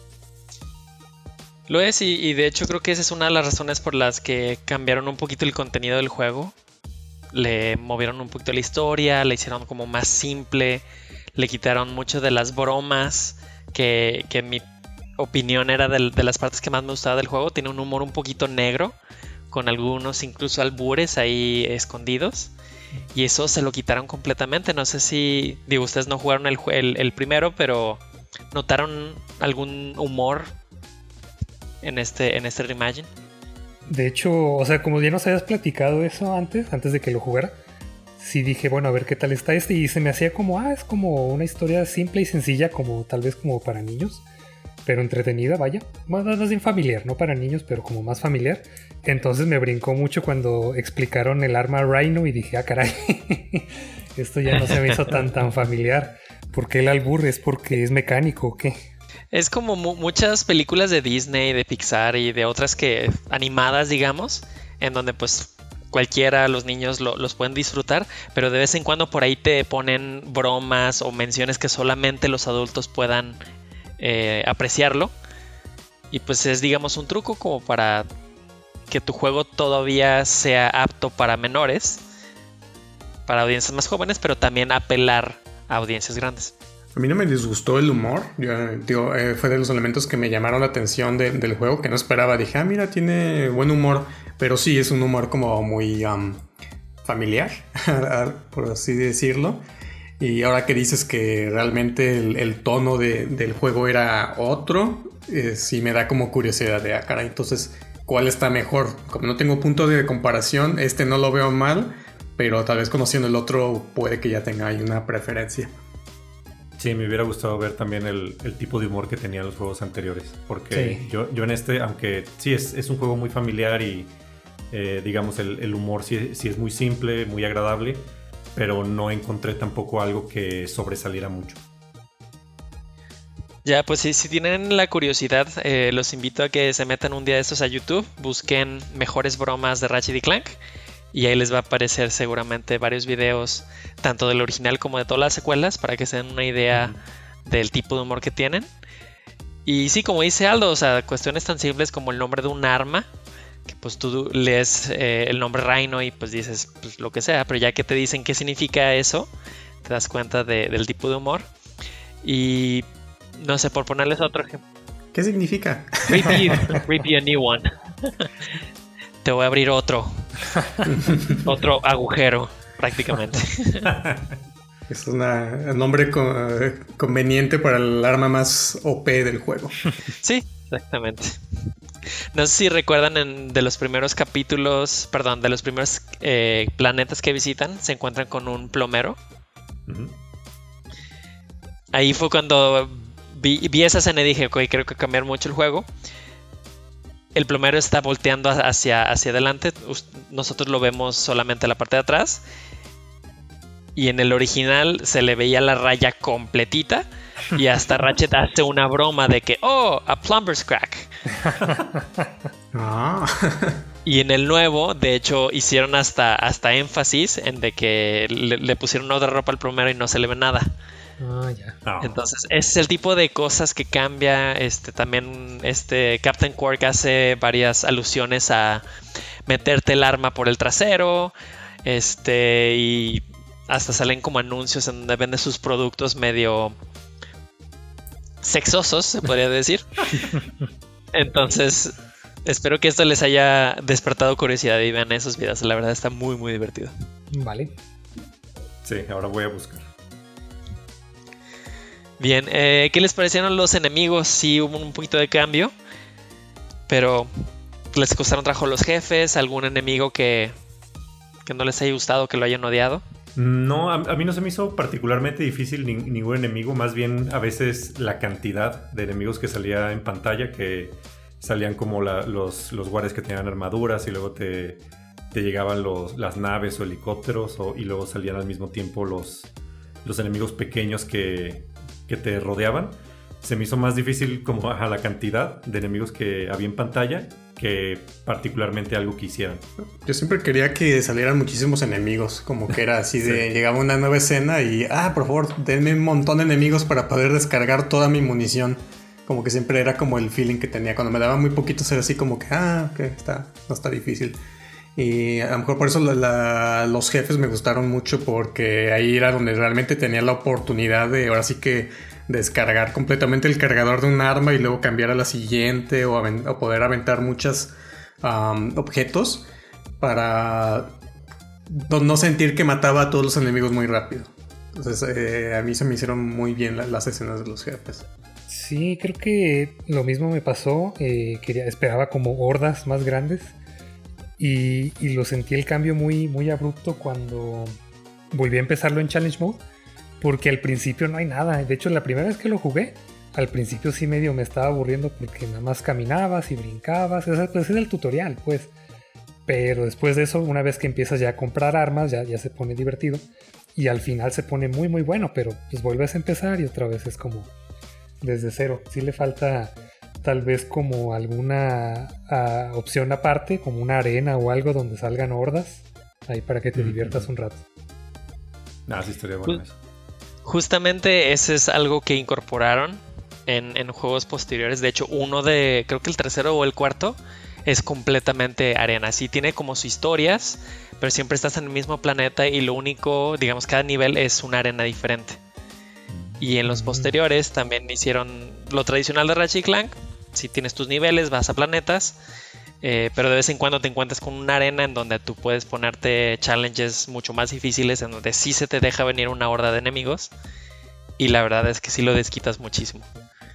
Lo es, y de hecho creo que esa es una de las razones por las que cambiaron un poquito el contenido del juego. Le movieron un poquito la historia, le hicieron como más simple, le quitaron mucho de las bromas, que en mi opinión era de las partes que más me gustaba del juego. Tiene un humor un poquito negro, con algunos incluso albures ahí escondidos, y eso se lo quitaron completamente. No sé si, digo, ustedes no jugaron el primero, pero ¿notaron algún humor en este Reimagine? De hecho, o sea, como ya nos habías platicado eso antes de que lo jugara, sí dije, bueno, a ver qué tal está y se me hacía como, es como una historia simple y sencilla, como tal vez como para niños, pero entretenida, vaya. Bueno, más bien familiar, no para niños, pero como más familiar. Entonces me brincó mucho cuando explicaron el arma Rhino y dije, caray, esto ya no se me hizo tan familiar. ¿Por qué el albur? ¿Es porque es mecánico o qué? Es como muchas películas de Disney, de Pixar y de otras que animadas, digamos, en donde pues cualquiera, los niños los pueden disfrutar, pero de vez en cuando por ahí te ponen bromas o menciones que solamente los adultos puedan apreciarlo. Y pues es, digamos, un truco como para que tu juego todavía sea apto para menores, para audiencias más jóvenes, pero también apelar a audiencias grandes. A mí no me disgustó el humor. Fue de los elementos que me llamaron la atención del juego, que no esperaba. Dije, mira, tiene buen humor. Pero sí, es un humor como muy familiar, por así decirlo. Y ahora que dices que realmente el tono del juego era otro, sí me da como curiosidad de, caray, entonces, ¿cuál está mejor? Como no tengo punto de comparación, no lo veo mal, pero tal vez conociendo el otro puede que ya tenga ahí una preferencia. Sí, me hubiera gustado ver también el tipo de humor que tenían los juegos anteriores. Porque sí, yo en aunque sí es un juego muy familiar y digamos el humor sí es muy simple, muy agradable, pero no encontré tampoco algo que sobresaliera mucho. Ya, pues si tienen la curiosidad, los invito a que se metan un día de estos a YouTube, busquen mejores bromas de Ratchet y Clank. Y ahí les va a aparecer seguramente varios videos, tanto del original como de todas las secuelas, para que se den una idea del tipo de humor que tienen. Y sí, como dice Aldo, o sea, cuestiones tan simples como el nombre de un arma, que pues tú lees el nombre Rhino y pues dices pues, lo que sea, pero ya que te dicen qué significa eso, te das cuenta del tipo de humor. Y no sé, por ponerles otro ejemplo. ¿Qué significa? Rip you a new one. Te voy a abrir otro agujero, prácticamente. Es un nombre conveniente para el arma más OP del juego. Sí, exactamente. No sé si recuerdan de los primeros capítulos, perdón, de los primeros planetas que visitan, se encuentran con un plomero. Uh-huh. Ahí fue cuando vi esa escena y dije, ok, creo que cambiar mucho el juego. El plomero está volteando hacia adelante. Nosotros lo vemos solamente en la parte de atrás. Y en el original se le veía la raya completita. Y hasta Ratchet hace una broma de que, a plumber's crack. Y en el nuevo, de hecho, hicieron hasta énfasis en de que le pusieron otra ropa al plomero y no se le ve nada. Ya. Entonces, ese es el tipo de cosas que cambia. También Captain Quark hace varias alusiones a meterte el arma por el trasero. Y hasta salen como anuncios en donde vende sus productos medio sexosos, se podría decir. Entonces, espero que esto les haya despertado curiosidad y vean esos videos. La verdad está muy, muy divertido. Vale. Sí, ahora voy a buscar. Bien, ¿qué les parecieron los enemigos? Sí hubo un poquito de cambio, pero ¿les costaron trabajo los jefes? ¿Algún enemigo que no les haya gustado, que lo hayan odiado? No, a mí no se me hizo particularmente difícil ningún enemigo, más bien a veces la cantidad de enemigos que salía en pantalla, que salían como los guardias que tenían armaduras y luego te llegaban las naves o helicópteros y luego salían al mismo tiempo los enemigos pequeños que te rodeaban. Se me hizo más difícil como la cantidad de enemigos que había en pantalla que particularmente algo que hicieran. Yo siempre quería que salieran muchísimos enemigos, como que era así de sí. Llegaba una nueva escena y por favor, denme un montón de enemigos para poder descargar toda mi munición. Como que siempre era como el feeling que tenía. Cuando me daba muy poquitos era así como que no está difícil. Y a lo mejor por eso los jefes me gustaron mucho, porque ahí era donde realmente tenía la oportunidad de ahora sí que descargar completamente el cargador de un arma y luego cambiar a la siguiente o poder aventar muchos objetos para no sentir que mataba a todos los enemigos muy rápido. Entonces a mí se me hicieron muy bien las escenas de los jefes. Sí, creo que lo mismo me pasó. Esperaba como hordas más grandes. Y lo sentí el cambio muy, muy abrupto cuando volví a empezarlo en Challenge Mode, porque al principio no hay nada. De hecho, la primera vez que lo jugué, al principio sí medio me estaba aburriendo porque nada más caminabas y brincabas. O sea, pues es el tutorial, pues. Pero después de eso, una vez que empiezas ya a comprar armas, ya se pone divertido. Y al final se pone muy muy bueno, pero pues vuelves a empezar y otra vez es como desde cero. Sí le falta tal vez como alguna opción aparte, como una arena o algo donde salgan hordas, ahí para que te diviertas un rato. Sí estaría bueno eso. Justamente ese es algo que incorporaron en juegos posteriores. De hecho, creo que el tercero o el cuarto es completamente arena. Sí tiene como sus historias, pero siempre estás en el mismo planeta y lo único, digamos, cada nivel es una arena diferente. Y en los posteriores también hicieron lo tradicional de Ratchet & Clank. Si tienes tus niveles, vas a planetas, pero de vez en cuando te encuentras con una arena en donde tú puedes ponerte challenges mucho más difíciles, en donde sí se te deja venir una horda de enemigos. Y la verdad es que sí lo desquitas muchísimo.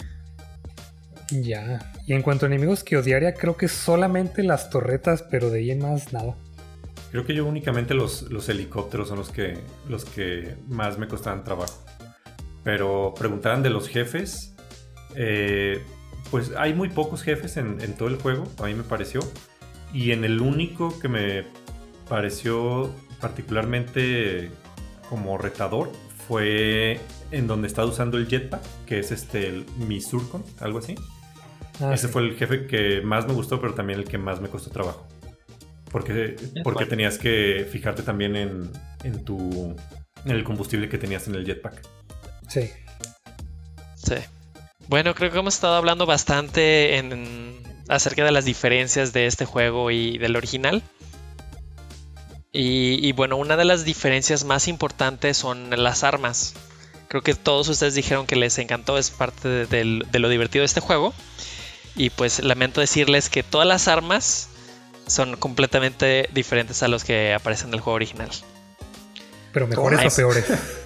Ya. Y en cuanto a enemigos que odiaría, creo que solamente las torretas, pero de ahí en más nada. Creo que yo únicamente los helicópteros son los que más me costaban trabajo. Pero preguntaban de los jefes. Pues hay muy pocos jefes en todo el juego, a mí me pareció. Y en el único que me pareció particularmente como retador fue en donde estaba usando el jetpack, que es el Misurcon, algo así. Ese fue el jefe que más me gustó, pero también el que más me costó trabajo. Porque tenías que fijarte también en el combustible que tenías en el jetpack. Sí. Bueno, creo que hemos estado hablando bastante acerca de las diferencias de este juego y del original. Y bueno, una de las diferencias más importantes son las armas. Creo que todos ustedes dijeron que les encantó, es parte de lo divertido de este juego. Y pues lamento decirles que todas las armas son completamente diferentes a los que aparecen en el juego original. ¿Pero mejores o peores?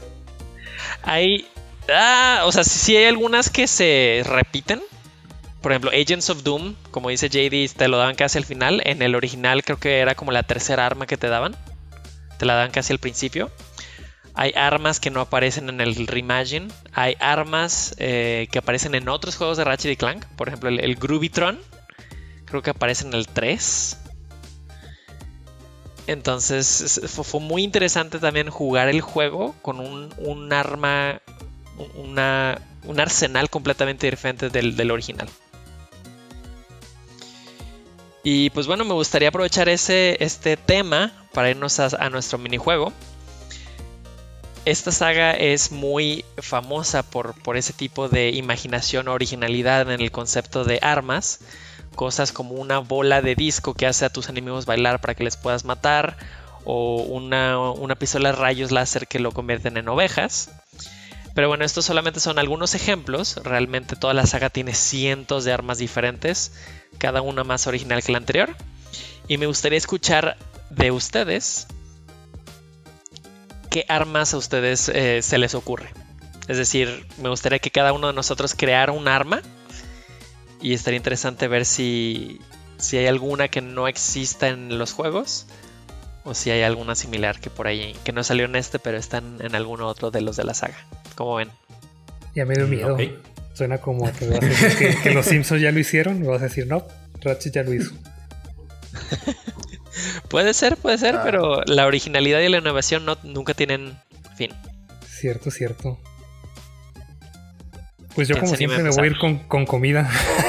O sea, sí hay algunas que se repiten. Por ejemplo, Agents of Doom, como dice JD, te lo daban casi al final. En el original creo que era como la tercera arma que te daban. Te la daban casi al principio. Hay armas que no aparecen en el Reimagine. Hay armas que aparecen en otros juegos de Ratchet & Clank. Por ejemplo, el Groovytron. Creo que aparece en el 3. Entonces fue muy interesante también jugar el juego con un arma, un arsenal completamente diferente del original. Y pues bueno, me gustaría aprovechar este tema para irnos a nuestro minijuego. Esta saga es muy famosa por ese tipo de imaginación o originalidad en el concepto de armas. Cosas como una bola de disco que hace a tus enemigos bailar para que les puedas matar. O una pistola de rayos láser que lo convierten en ovejas. Pero bueno, estos solamente son algunos ejemplos. Realmente toda la saga tiene cientos de armas diferentes. Cada una más original que la anterior. Y me gustaría escuchar de ustedes qué armas a ustedes se les ocurre. Es decir, me gustaría que cada uno de nosotros creara un arma. Y estaría interesante ver si hay alguna que no exista en los juegos. O si hay alguna similar que por ahí, que no salió en pero están en alguno otro de los de la saga. ¿Cómo ven? Ya me dio miedo. Okay. Suena como que vas a decir que los Simpsons ya lo hicieron. Me vas a decir, no, Ratchet ya lo hizo. Puede ser, pero la originalidad y la innovación nunca tienen fin. Cierto. Pues yo como siempre me voy a ir con comida.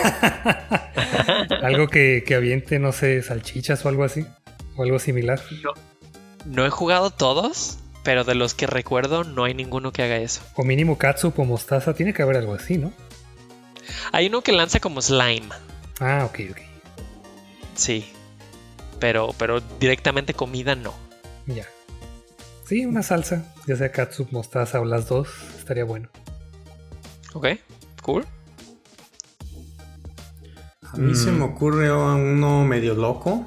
Algo que aviente, no sé, salchichas o algo así. O algo similar. No he jugado todos, pero de los que recuerdo no hay ninguno que haga eso. O mínimo catsup o mostaza, tiene que haber algo así, ¿no? Hay uno que lanza como slime. Ah, ok. Sí. Pero directamente comida no. Ya. Sí, una salsa, ya sea catsup, mostaza o las dos, estaría bueno. Ok, cool. A mí se me ocurre uno medio loco.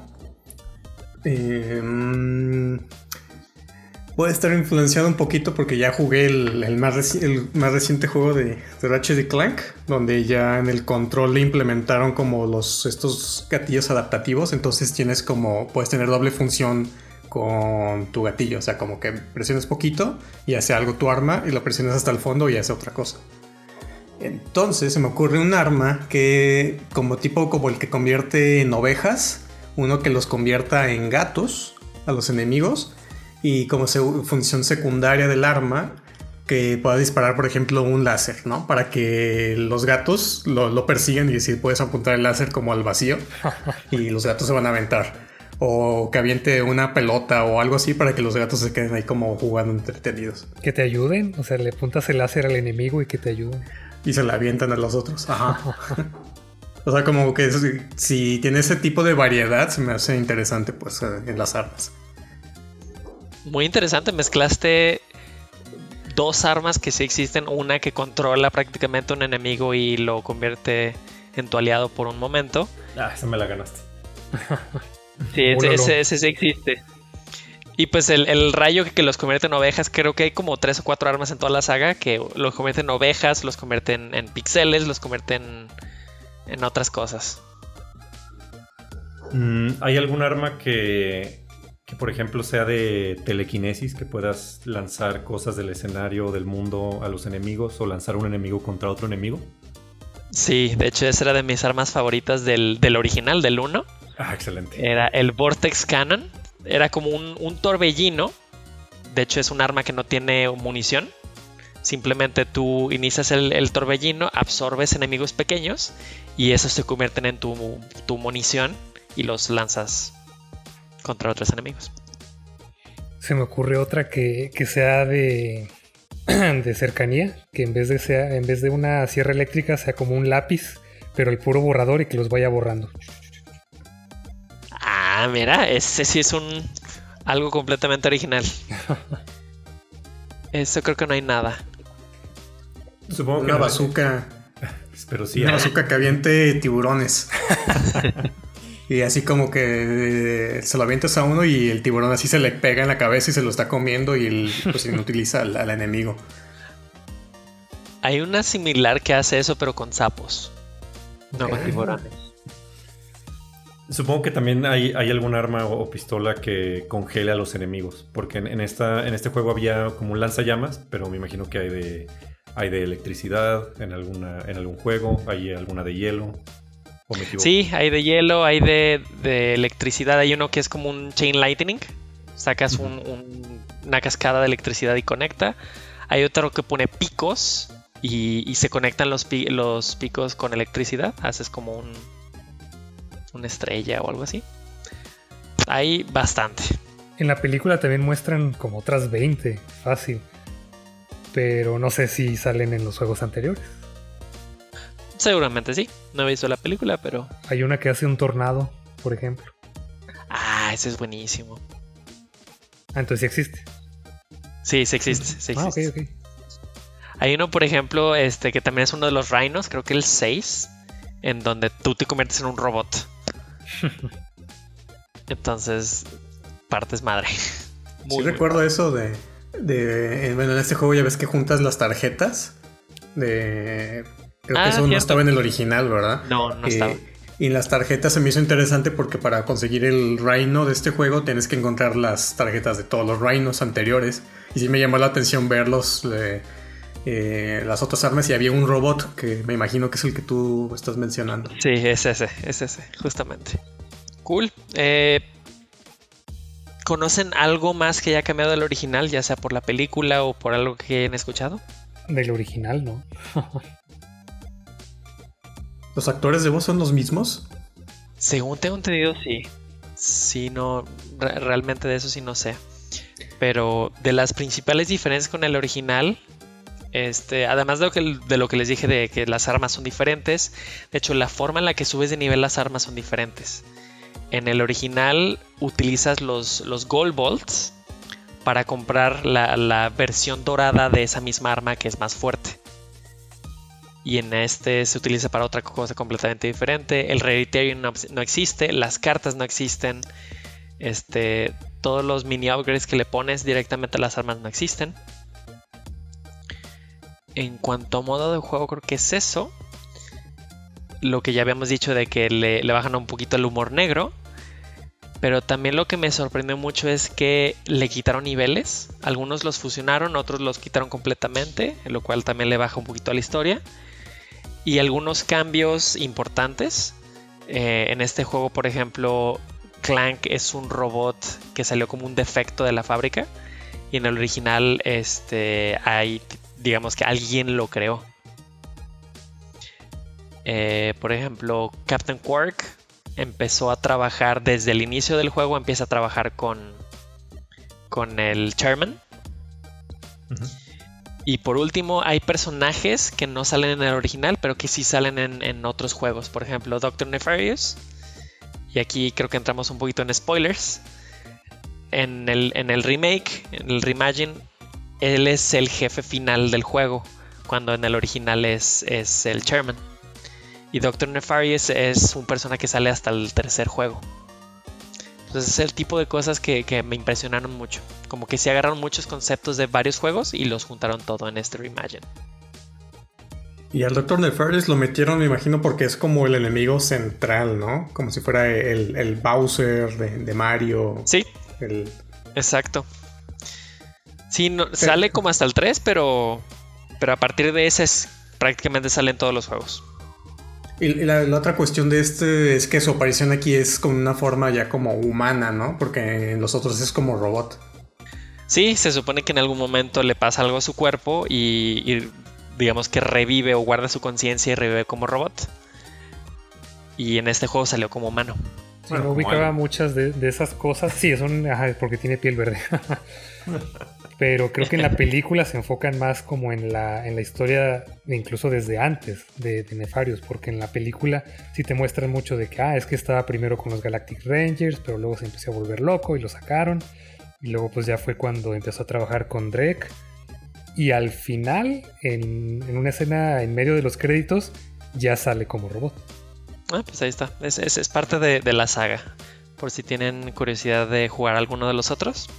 Puede estar influenciado un poquito porque ya jugué el más reciente juego de Ratchet & Clank, donde ya en el control le implementaron como estos gatillos adaptativos, entonces puedes tener doble función con tu gatillo. O sea, como que presionas poquito y hace algo tu arma, y lo presionas hasta el fondo y hace otra cosa. Entonces se me ocurre un arma que como el que convierte en ovejas, uno que los convierta en gatos a los enemigos, y como función secundaria del arma, que pueda disparar, por ejemplo, un láser, ¿no? Para que los gatos lo persigan y decir, puedes apuntar el láser como al vacío y los gatos se van a aventar. O que aviente una pelota o algo así para que los gatos se queden ahí como jugando entretenidos. Que te ayuden, o sea, le apuntas el láser al enemigo y que te ayuden. Y se la avientan a los otros. Ajá. O sea, como que si tiene ese tipo de variedad, se me hace interesante, pues, en las armas. Muy interesante, mezclaste dos armas que sí existen, una que controla prácticamente un enemigo y lo convierte en tu aliado por un momento. Esa me la ganaste. Sí, ese sí existe. Y pues el rayo que los convierte en ovejas, creo que hay como 3 o 4 armas en toda la saga que los convierten en ovejas, los convierten en píxeles, los convierten en otras cosas. ¿Hay algún arma que por ejemplo sea de telequinesis, que puedas lanzar cosas del escenario, del mundo a los enemigos, o lanzar un enemigo contra otro enemigo? Sí, de hecho esa era de mis armas favoritas del original, del 1. Excelente. Era el Vortex Cannon. Era como un torbellino. De hecho es un arma que no tiene munición. Simplemente tú inicias el torbellino, absorbes enemigos pequeños y esos se convierten en tu munición y los lanzas contra otros enemigos. Se me ocurre otra que sea de cercanía, que en vez de una sierra eléctrica sea como un lápiz, pero el puro borrador, y que los vaya borrando. Mira, ese sí es algo completamente original. Eso creo que no hay nada. Supongo que una bazooka. Pero sí. Una bazooka que aviente tiburones. Y así como que se lo avientas a uno y el tiburón así se le pega en la cabeza y se lo está comiendo, y pues inutiliza al enemigo. Hay una similar que hace eso, pero con sapos. No con tiburones. Supongo que también hay algún arma o pistola que congele a los enemigos. Porque en este juego había como un lanzallamas, pero me imagino que hay de electricidad en algún juego. Hay alguna de hielo. ¿O me equivoco? Sí, hay de hielo, hay de electricidad. Hay uno que es como un chain lightning. Sacas una cascada de electricidad y conecta. Hay otro que pone picos y se conectan los picos con electricidad. Haces como una estrella o algo así. Hay bastante. En la película también muestran como otras 20, fácil. Pero no sé si salen en los juegos anteriores. Seguramente sí. No he visto la película, pero... Hay una que hace un tornado, por ejemplo. Ese es buenísimo. Entonces sí existe. Sí existe. Sí existe. Ok. Hay uno, por ejemplo, que también es uno de los Rhinos, creo que el 6, en donde tú te conviertes en un robot. Entonces, partes madre. Sí recuerdo eso de bueno, en este juego ya ves que juntas las tarjetas de... Creo que eso cierto. No estaba en el original, ¿verdad? No estaba. Y en las tarjetas se me hizo interesante porque para conseguir el Rhino de este juego tienes que encontrar las tarjetas de todos los Rhinos anteriores. Y sí me llamó la atención verlos, las otras armas, y había un robot que me imagino que es el que tú estás mencionando. Sí, es ese, justamente. Cool. ¿Conocen algo más que haya cambiado del original, ya sea por la película o por algo que hayan escuchado? Del original, ¿no? ¿Los actores de voz son los mismos? Según tengo entendido, sí. Sí, no, realmente de eso sí no sé. Pero de las principales diferencias con el original, además de lo que les dije de que las armas son diferentes, de hecho la forma en la que subes de nivel las armas son diferentes. En el original utilizas los Gold Bolts para comprar la versión dorada de esa misma arma que es más fuerte. Y en se utiliza para otra cosa completamente diferente. El Rarity no existe, las cartas no existen. Todos los mini upgrades que le pones directamente a las armas no existen. En cuanto a modo de juego, creo que es eso. Lo que ya habíamos dicho de que le bajan un poquito el humor negro. Pero también lo que me sorprendió mucho es que le quitaron niveles. Algunos los fusionaron, otros los quitaron completamente, lo cual también le baja un poquito a la historia. Y algunos cambios importantes. En este juego, por ejemplo, Clank es un robot que salió como un defecto de la fábrica. Y en el original hay, digamos que alguien lo creó. Por ejemplo, Captain Quark empezó a trabajar desde el inicio del juego, empieza a trabajar con el Chairman. Uh-huh. Y por último, hay personajes que no salen en el original, pero que sí salen en otros juegos. Por ejemplo, Dr. Nefarious. Y aquí creo que entramos un poquito en spoilers. En el remake, en el Reimagine, él es el jefe final del juego, cuando en el original es el Chairman. Y Dr. Nefarious es un personaje que sale hasta el tercer juego. Entonces es el tipo de cosas que me impresionaron mucho. Como que se agarraron muchos conceptos de varios juegos y los juntaron todo en este Reimagine. Y al Dr. Nefarious lo metieron, me imagino, porque es como el enemigo central, ¿no? Como si fuera el Bowser de Mario. Sí, exacto. Sí, sale como hasta el 3, pero a partir de ese prácticamente salen todos los juegos. Y la otra cuestión de es que su aparición aquí es con una forma ya como humana, ¿no? Porque en los otros es como robot. Sí, se supone que en algún momento le pasa algo a su cuerpo y digamos que revive o guarda su conciencia y revive como robot. Y en este juego salió como humano. Sí, no ubicaba muchas de esas cosas. Sí, porque tiene piel verde. Pero creo que en la película se enfocan más como en la historia, incluso desde antes de Nefarious, porque en la película sí te muestran mucho de que es que estaba primero con los Galactic Rangers, pero luego se empezó a volver loco y lo sacaron, y luego pues ya fue cuando empezó a trabajar con Drek, y al final, en una escena en medio de los créditos, ya sale como robot. Pues ahí está, es parte de la saga, por si tienen curiosidad de jugar alguno de los otros.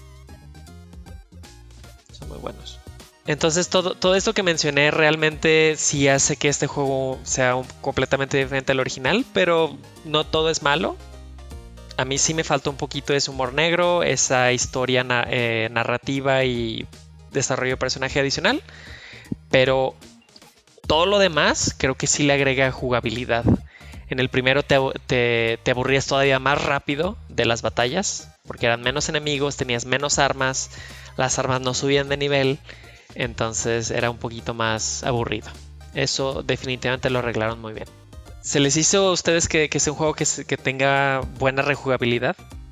Son muy buenos. Entonces todo esto que mencioné realmente sí hace que este juego sea completamente diferente al original, pero no todo es malo. A mí sí me faltó un poquito ese humor negro, esa historia narrativa y desarrollo de personaje adicional, pero todo lo demás creo que sí le agrega jugabilidad. En el primero te aburrías todavía más rápido de las batallas, porque eran menos enemigos, tenías menos armas, las armas no subían de nivel, entonces era un poquito más aburrido. Eso definitivamente lo arreglaron muy bien. ¿Se les hizo a ustedes que sea un juego que tenga buena rejugabilidad?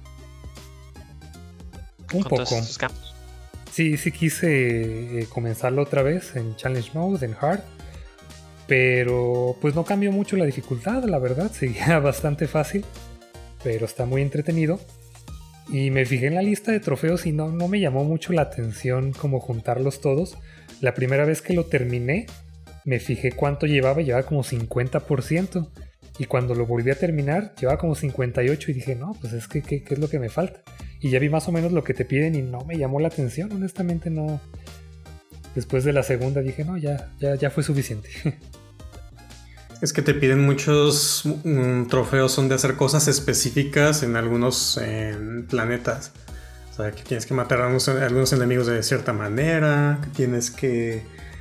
Un poco. Sí quise comenzarlo otra vez en Challenge Mode, en Hard. Pero pues no cambió mucho la dificultad, la verdad. Seguía bastante fácil, pero está muy entretenido. Y me fijé en la lista de trofeos y no me llamó mucho la atención como juntarlos todos. La primera vez que lo terminé, me fijé cuánto llevaba como 50%. Y cuando lo volví a terminar, llevaba como 58%. Y dije, no, pues es que ¿qué es lo que me falta? Y ya vi más o menos lo que te piden y no me llamó la atención. Honestamente no. Después de la segunda dije, no, ya fue suficiente. Es que te piden muchos trofeos, son de hacer cosas específicas en algunos planetas. O sea, que tienes que matar a algunos enemigos de cierta manera, que tienes que...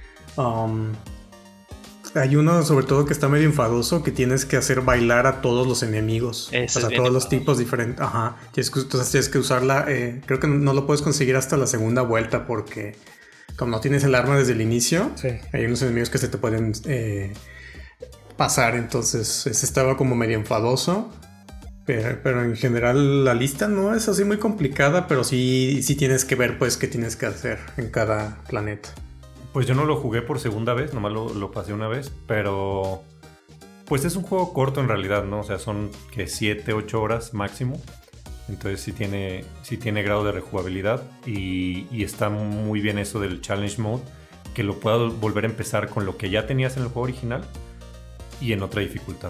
hay uno sobre todo que está medio enfadoso, que tienes que hacer bailar a todos los enemigos. Ese o sea, todos los tipos diferentes. Ajá. Entonces tienes que usarla. Creo que no lo puedes conseguir hasta la segunda vuelta porque como no tienes el arma desde el inicio, sí, hay unos enemigos que se te pueden pasar. Entonces ese estaba como medio enfadoso. Pero en general la lista no es así muy complicada, pero sí tienes que ver pues qué tienes que hacer en cada planeta. Pues yo no lo jugué por segunda vez, nomás lo pasé una vez, pero pues es un juego corto en realidad, ¿no? O sea, son que 7-8 horas máximo. Entonces sí tiene grado de rejugabilidad y está muy bien eso del Challenge Mode, que lo puedas volver a empezar con lo que ya tenías en el juego original y en otra dificultad.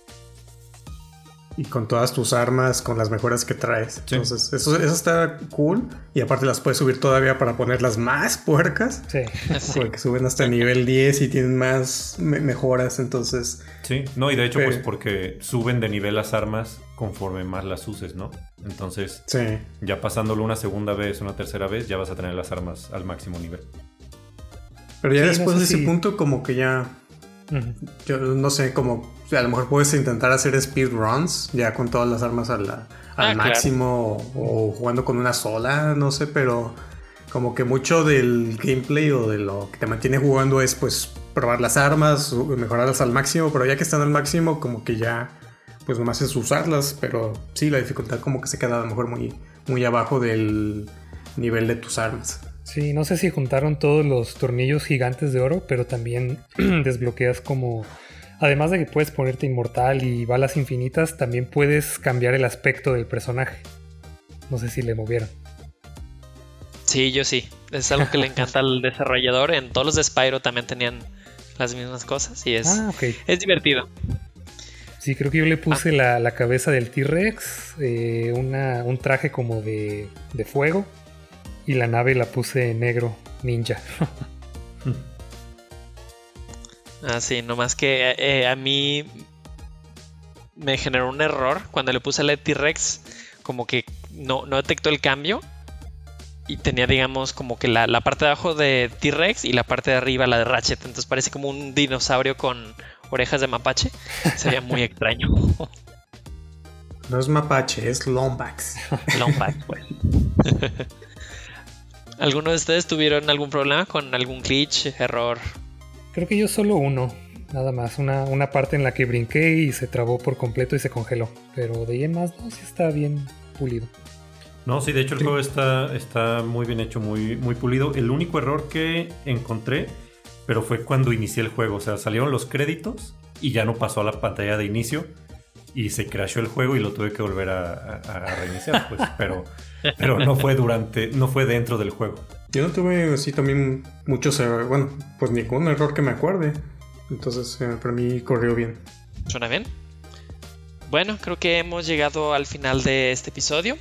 Y con todas tus armas, con las mejoras que traes. Sí. Entonces, eso está cool. Y aparte las puedes subir todavía para ponerlas más puercas. Sí. Porque suben hasta el nivel 10 y tienen más mejoras, entonces... Sí, no, y de hecho pues porque suben de nivel las armas conforme más las uses, ¿no? Entonces, sí, ya pasándolo una segunda vez, una tercera vez, ya vas a tener las armas al máximo nivel. Pero ya después de ese punto, como que ya... Yo no sé, como... O sea, a lo mejor puedes intentar hacer speedruns ya con todas las armas al máximo, o jugando con una sola, no sé, pero como que mucho del gameplay o de lo que te mantiene jugando es pues probar las armas, mejorarlas al máximo, pero ya que están al máximo como que ya pues nomás es usarlas, pero sí, la dificultad como que se queda a lo mejor muy, muy abajo del nivel de tus armas. Sí, no sé si juntaron todos los tornillos gigantes de oro, pero también desbloqueas como... Además de que puedes ponerte inmortal y balas infinitas, también puedes cambiar el aspecto del personaje. No sé si le movieron. Sí, yo sí. Es algo que le encanta al desarrollador. En todos los de Spyro también tenían las mismas cosas y es divertido. Sí, creo que yo le puse la cabeza del T-Rex, un traje como de fuego, y la nave la puse negro, ninja. Sí, nomás que a mí me generó un error cuando le puse la T-Rex, como que no detectó el cambio y tenía, digamos, como que la parte de abajo de T-Rex y la parte de arriba la de Ratchet, entonces parece como un dinosaurio con orejas de mapache. Sería muy extraño. No es mapache, es Lombax. Lombax, pues. ¿Alguno de ustedes tuvieron algún problema con algún glitch, error? Creo que yo solo uno, nada más. Una parte en la que brinqué y se trabó por completo y se congeló. Pero de ahí en más, no, sí está bien pulido. No, sí, de hecho el juego está muy bien hecho, muy, muy pulido. El único error que encontré, pero fue cuando inicié el juego. O sea, salieron los créditos y ya no pasó a la pantalla de inicio. Y se crashó el juego y lo tuve que volver a reiniciar, pues. Pero no fue dentro del juego. Yo no tuve así también muchos errores. Bueno, pues ningún error que me acuerde. Entonces, para mí corrió bien. ¿Suena bien? Bueno, creo que hemos llegado al final de este episodio.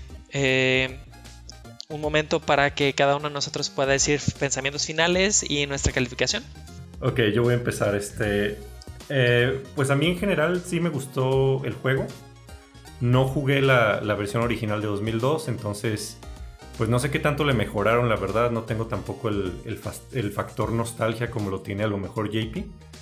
Un momento para que cada uno de nosotros pueda decir pensamientos finales y nuestra calificación. Ok, yo voy a empezar. Pues a mí en general sí me gustó el juego. No jugué la versión original de 2002, entonces pues no sé qué tanto le mejoraron, la verdad. No tengo tampoco el factor nostalgia como lo tiene a lo mejor JP.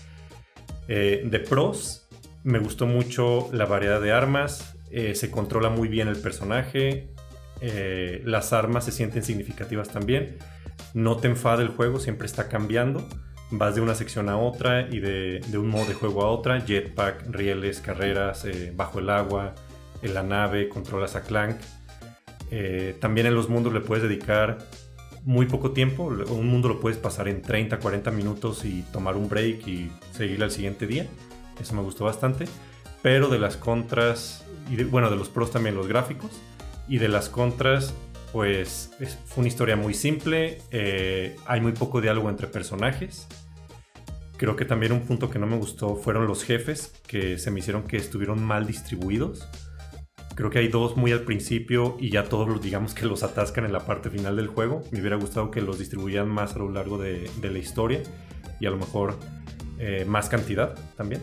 De pros, me gustó mucho la variedad de armas. Se controla muy bien el personaje. Las armas se sienten significativas también. No te enfada el juego, siempre está cambiando. Vas de una sección a otra y de un modo de juego a otra. Jetpack, rieles, carreras, bajo el agua, en la nave, controlas a Clank. También en los mundos le puedes dedicar muy poco tiempo. Un mundo lo puedes pasar en 30, 40 minutos y tomar un break y seguir al siguiente día. Eso me gustó bastante. Pero de las contras, de los pros también los gráficos. Y de las contras, pues fue una historia muy simple. Hay muy poco diálogo entre personajes. Creo que también un punto que no me gustó fueron los jefes, que se me hicieron que estuvieron mal distribuidos. Creo que hay dos muy al principio y ya todos digamos que los atascan en la parte final del juego. Me hubiera gustado que los distribuyeran más a lo largo de la historia y a lo mejor más cantidad también.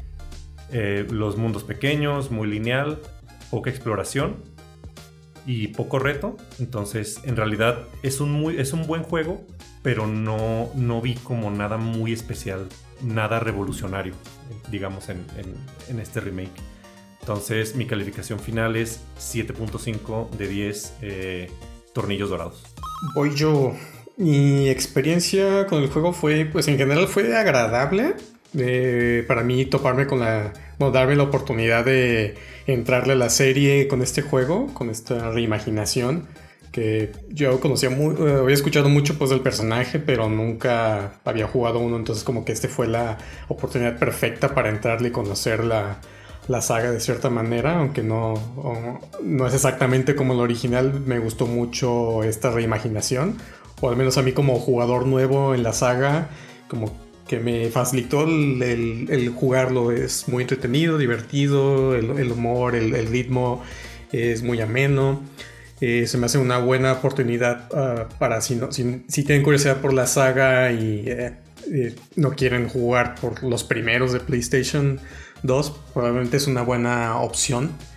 Los mundos pequeños, muy lineal, poca exploración y poco reto. Entonces en realidad es un buen juego, pero no vi como nada muy especial, nada revolucionario, digamos, en este remake. Entonces mi calificación final es 7.5 de 10 tornillos dorados. Voy yo. Mi experiencia con el juego fue, pues en general fue agradable. Para mí toparme darme la oportunidad de entrarle a la serie con este juego, con esta reimaginación, que yo conocía había escuchado mucho pues del personaje, pero nunca había jugado uno, entonces como que fue la oportunidad perfecta para entrarle y conocer la saga de cierta manera, aunque no es exactamente como el original. Me gustó mucho esta reimaginación, o al menos a mí como jugador nuevo en la saga, como que me facilitó el jugarlo. Es muy entretenido, divertido, el humor, el ritmo es muy ameno. Se me hace una buena oportunidad para si tienen curiosidad por la saga y no quieren jugar por los primeros de PlayStation 2, probablemente es una buena opción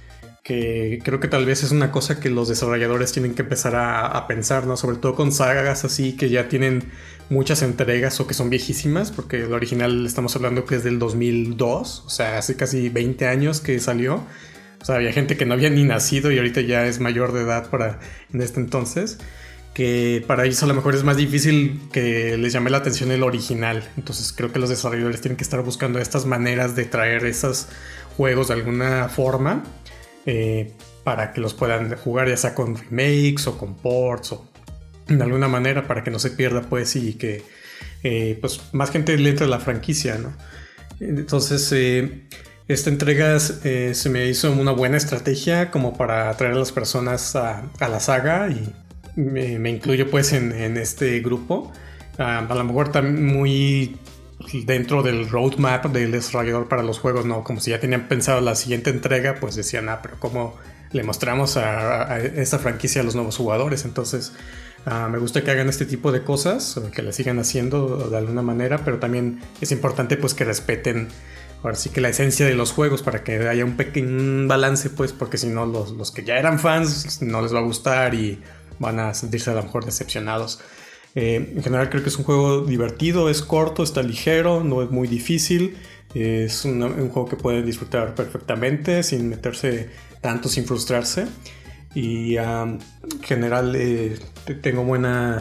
que creo que tal vez es una cosa que los desarrolladores tienen que empezar a pensar, ¿no? Sobre todo con sagas así que ya tienen muchas entregas o que son viejísimas, porque el original estamos hablando que es del 2002, o sea, hace casi 20 años que salió. O sea, había gente que no había ni nacido y ahorita ya es mayor de edad en este entonces, que para ellos a lo mejor es más difícil que les llame la atención el original. Entonces creo que los desarrolladores tienen que estar buscando estas maneras de traer esos juegos de alguna forma, para que los puedan jugar, ya sea con remakes o con ports o de alguna manera, para que no se pierda, pues, y que pues más gente le entre a la franquicia, ¿no? Entonces esta entrega se me hizo una buena estrategia como para atraer a las personas a la saga, y me incluyo pues en este grupo. A lo mejor también muy dentro del roadmap del desarrollador para los juegos, ¿no? Como si ya tenían pensado la siguiente entrega, pues decían, pero ¿cómo le mostramos a esta franquicia a los nuevos jugadores? Entonces me gusta que hagan este tipo de cosas, que la sigan haciendo de alguna manera, pero también es importante pues que respeten ahora sí que la esencia de los juegos, para que haya un pequeño balance, pues, porque si no los que ya eran fans no les va a gustar y van a sentirse a lo mejor decepcionados. En general creo que es un juego divertido, es corto, está ligero, no es muy difícil, es un juego que pueden disfrutar perfectamente sin meterse tanto, sin frustrarse, y en general tengo buena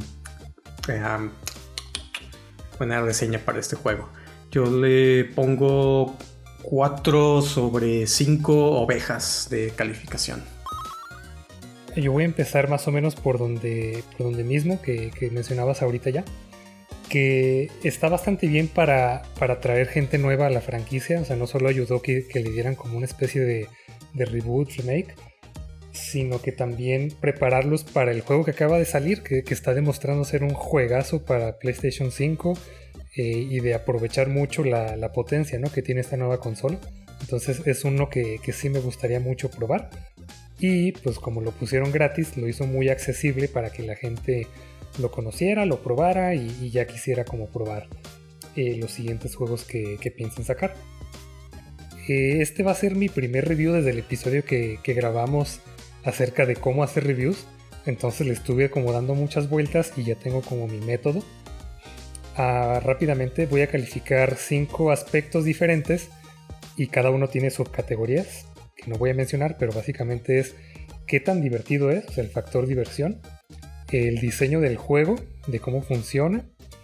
reseña para este juego. Yo le pongo 4 sobre 5 ovejas de calificación. Yo voy a empezar más o menos por donde mismo que mencionabas ahorita ya, que está bastante bien para traer gente nueva a la franquicia. O sea, no solo ayudó que le dieran como una especie de reboot, remake, sino que también prepararlos para el juego que acaba de salir, que está demostrando ser un juegazo para PlayStation 5, y de aprovechar mucho la potencia, ¿no?, que tiene esta nueva consola. Entonces es uno que sí me gustaría mucho probar. Y pues como lo pusieron gratis, lo hizo muy accesible para que la gente lo conociera, lo probara y ya quisiera como probar los siguientes juegos que piensan sacar. Este va a ser mi primer review desde el episodio que grabamos acerca de cómo hacer reviews. Entonces le estuve como dando muchas vueltas y ya tengo como mi método. Rápidamente voy a calificar 5 aspectos diferentes y cada uno tiene subcategorías que no voy a mencionar, pero básicamente es qué tan divertido es, o sea, el factor diversión, el diseño del juego, de cómo funciona,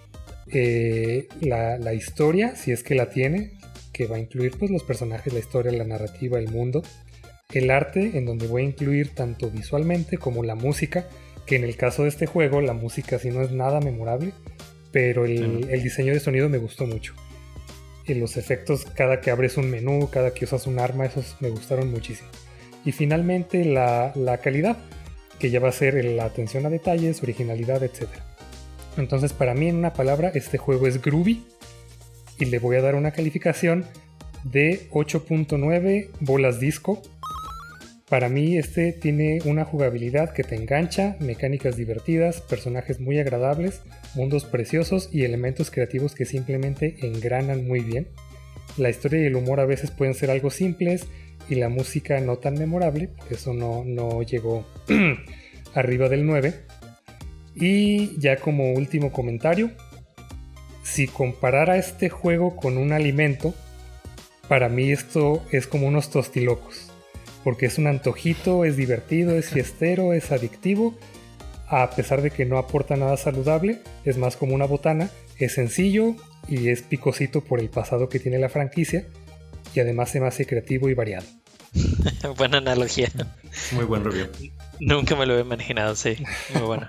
la historia, si es que la tiene, que va a incluir pues los personajes, la historia, la narrativa, el mundo, el arte, en donde voy a incluir tanto visualmente como la música, que en el caso de este juego la música sí no es nada memorable, pero el diseño de sonido me gustó mucho. Los efectos cada que abres un menú, cada que usas un arma, esos me gustaron muchísimo. Y finalmente la calidad, que ya va a ser la atención a detalles, originalidad, etc. Entonces para mí, en una palabra, este juego es groovy y le voy a dar una calificación de 8.9 bolas disco. Para mí este tiene una jugabilidad que te engancha, mecánicas divertidas, personajes muy agradables, mundos preciosos y elementos creativos que simplemente engranan muy bien. La historia y el humor a veces pueden ser algo simples y la música no tan memorable, por eso no llegó arriba del 9. Y ya como último comentario, si comparara este juego con un alimento, para mí esto es como unos tostilocos. Porque es un antojito, es divertido, es fiestero, es adictivo. A pesar de que no aporta nada saludable, es más como una botana. Es sencillo y es picosito por el pasado que tiene la franquicia. Y además se me hace creativo y variado. Buena analogía. Muy buen review. Nunca me lo había imaginado, sí. Muy bueno.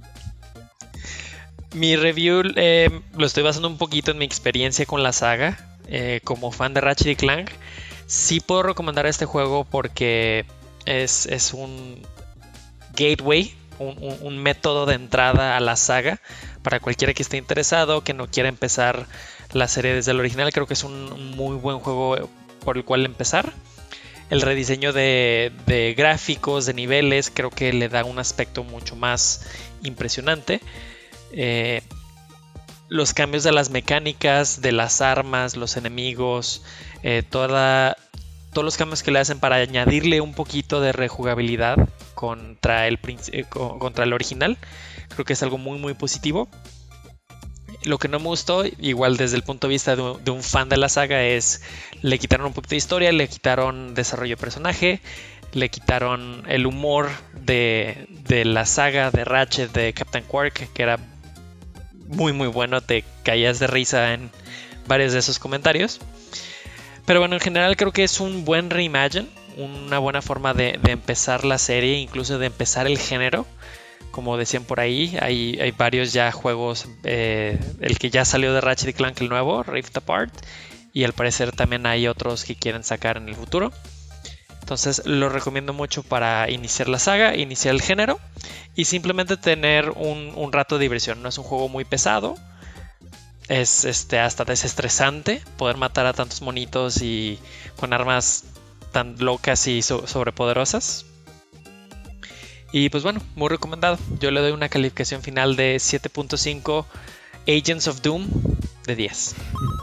Mi review lo estoy basando un poquito en mi experiencia con la saga. Como fan de Ratchet & Clank, sí puedo recomendar este juego porque es un gateway, un método de entrada a la saga para cualquiera que esté interesado, que no quiera empezar la serie desde el original. Creo que es un muy buen juego por el cual empezar. El rediseño de gráficos, de niveles, creo que le da un aspecto mucho más impresionante. Los cambios de las mecánicas, de las armas, los enemigos, todo todos los cambios que le hacen para añadirle un poquito de rejugabilidad contra el original, creo que es algo muy muy positivo. Lo que no me gustó, igual desde el punto de vista de un fan de la saga, es le quitaron un poquito de historia, le quitaron desarrollo de personaje, le quitaron el humor de la saga de Ratchet, de Captain Quark, que era muy muy bueno, te caías de risa en varios de esos comentarios. Pero bueno, en general creo que es un buen reimagine, una buena forma de empezar la serie, incluso de empezar el género. Como decían por ahí, hay varios ya juegos, el que ya salió de Ratchet y Clank, el nuevo, Rift Apart, y al parecer también hay otros que quieren sacar en el futuro. Entonces lo recomiendo mucho para iniciar la saga, iniciar el género y simplemente tener un rato de diversión. No es un juego muy pesado, es hasta desestresante poder matar a tantos monitos y con armas tan locas y sobrepoderosas. Y pues bueno, muy recomendado. Yo le doy una calificación final de 7.5 Agents of Doom de 10.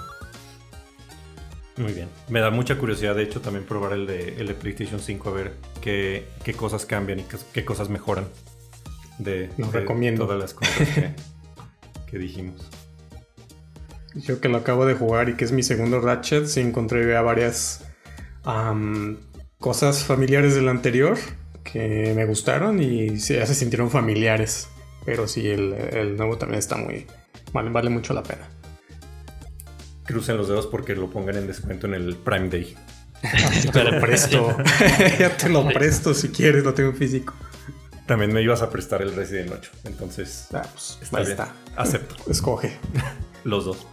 Muy bien. Me da mucha curiosidad, de hecho, también probar el de PlayStation 5, a ver qué cosas cambian y qué cosas mejoran de todas las cosas que dijimos. Yo que lo acabo de jugar y que es mi segundo Ratchet, sí encontré varias cosas familiares del anterior que me gustaron y ya se sintieron familiares. Pero sí, el nuevo también está vale mucho la pena. Crucen los dedos porque lo pongan en descuento en el Prime Day. Te lo presto. Ya te lo presto si quieres, lo tengo en físico. También me ibas a prestar el Resident 8, entonces pues, está bien. Acepto. Escoge. Los dos.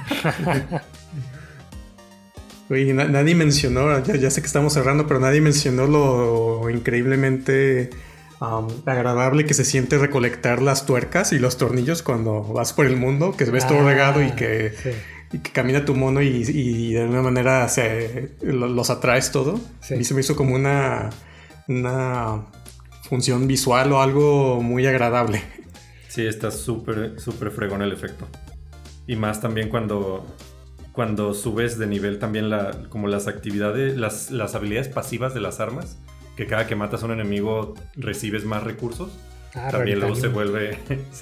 Oye, nadie mencionó, ya sé que estamos cerrando, pero nadie mencionó lo increíblemente agradable que se siente recolectar las tuercas y los tornillos cuando vas por el mundo, que ves todo regado y que camina tu mono y de alguna manera los atraes todo. Sí. A mí se me hizo como una función visual o algo muy agradable. Sí, está súper fregón el efecto. Y más también cuando subes de nivel también como las actividades, las habilidades pasivas de las armas, que cada que matas a un enemigo recibes más recursos. También luego se vuelve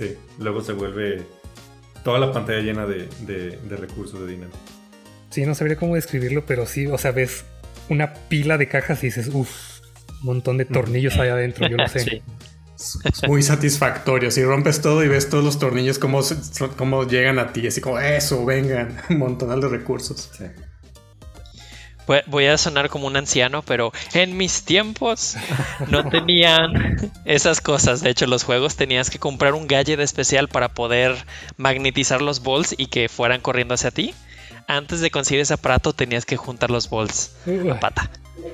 toda la pantalla llena de recursos, de dinero. Sí, no sabría cómo describirlo, pero sí, o sea, ves una pila de cajas y dices, un montón de tornillos ahí adentro, yo no sé. Sí. Es muy satisfactorio. Si rompes todo y ves todos los tornillos cómo llegan a ti, así como eso, vengan, un montonal de recursos. Sí. Voy a sonar como un anciano, pero en mis tiempos no tenían esas cosas. De hecho, los juegos tenías que comprar un gadget especial para poder magnetizar los balls y que fueran corriendo hacia ti. Antes de conseguir ese aparato tenías que juntar los balls a pata.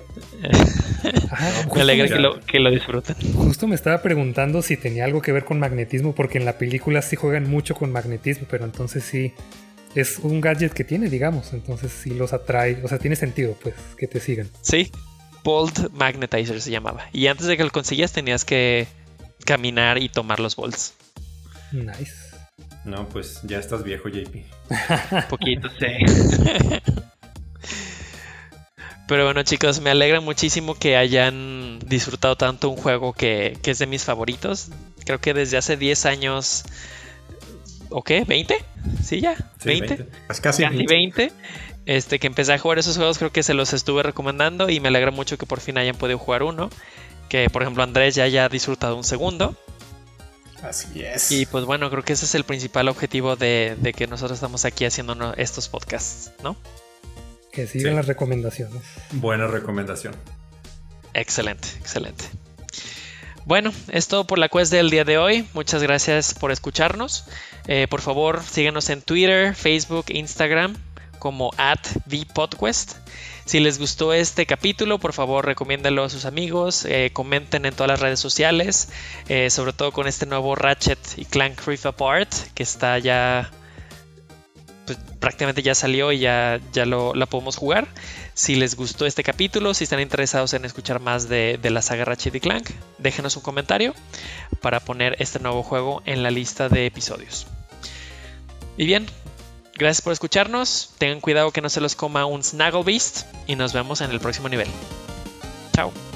Me alegra que lo disfruten. Justo me estaba preguntando si tenía algo que ver con magnetismo, porque en la película sí juegan mucho con magnetismo, pero entonces sí es un gadget que tiene, digamos, entonces sí los atrae, o sea, tiene sentido pues que te sigan. Sí, Bolt Magnetizer se llamaba, y antes de que lo consiguías tenías que caminar y tomar los bolts. Nice. No, pues ya estás viejo, JP. Poquito, sí. Pero bueno, chicos, me alegra muchísimo que hayan disfrutado tanto un juego que es de mis favoritos. Creo que desde hace 10 años... ¿O qué? ¿20? Sí, ya. Sí, 20. Es casi 20. Que empecé a jugar esos juegos, creo que se los estuve recomendando y me alegra mucho que por fin hayan podido jugar uno. Que por ejemplo Andrés ya haya disfrutado un segundo. Así es. Y pues bueno, creo que ese es el principal objetivo de que nosotros estamos aquí haciendo estos podcasts, ¿no? Que sigan las recomendaciones. Buena recomendación. Excelente, excelente. Bueno, es todo por la quest del día de hoy. Muchas gracias por escucharnos. Por favor, síganos en Twitter, Facebook, Instagram como @vpodquest. Si les gustó este capítulo, por favor, recomiéndalo a sus amigos. Comenten en todas las redes sociales. Sobre todo con este nuevo Ratchet y Clank Rift Apart, que está ya... Pues prácticamente ya salió y ya la podemos jugar. Si les gustó este capítulo, si están interesados en escuchar más de la saga Ratchet y Clank, déjenos un comentario para poner este nuevo juego en la lista de episodios. Y bien, Gracias por escucharnos. Tengan cuidado que no se los coma un Snagglebeast. Y nos vemos en el próximo nivel. Chao.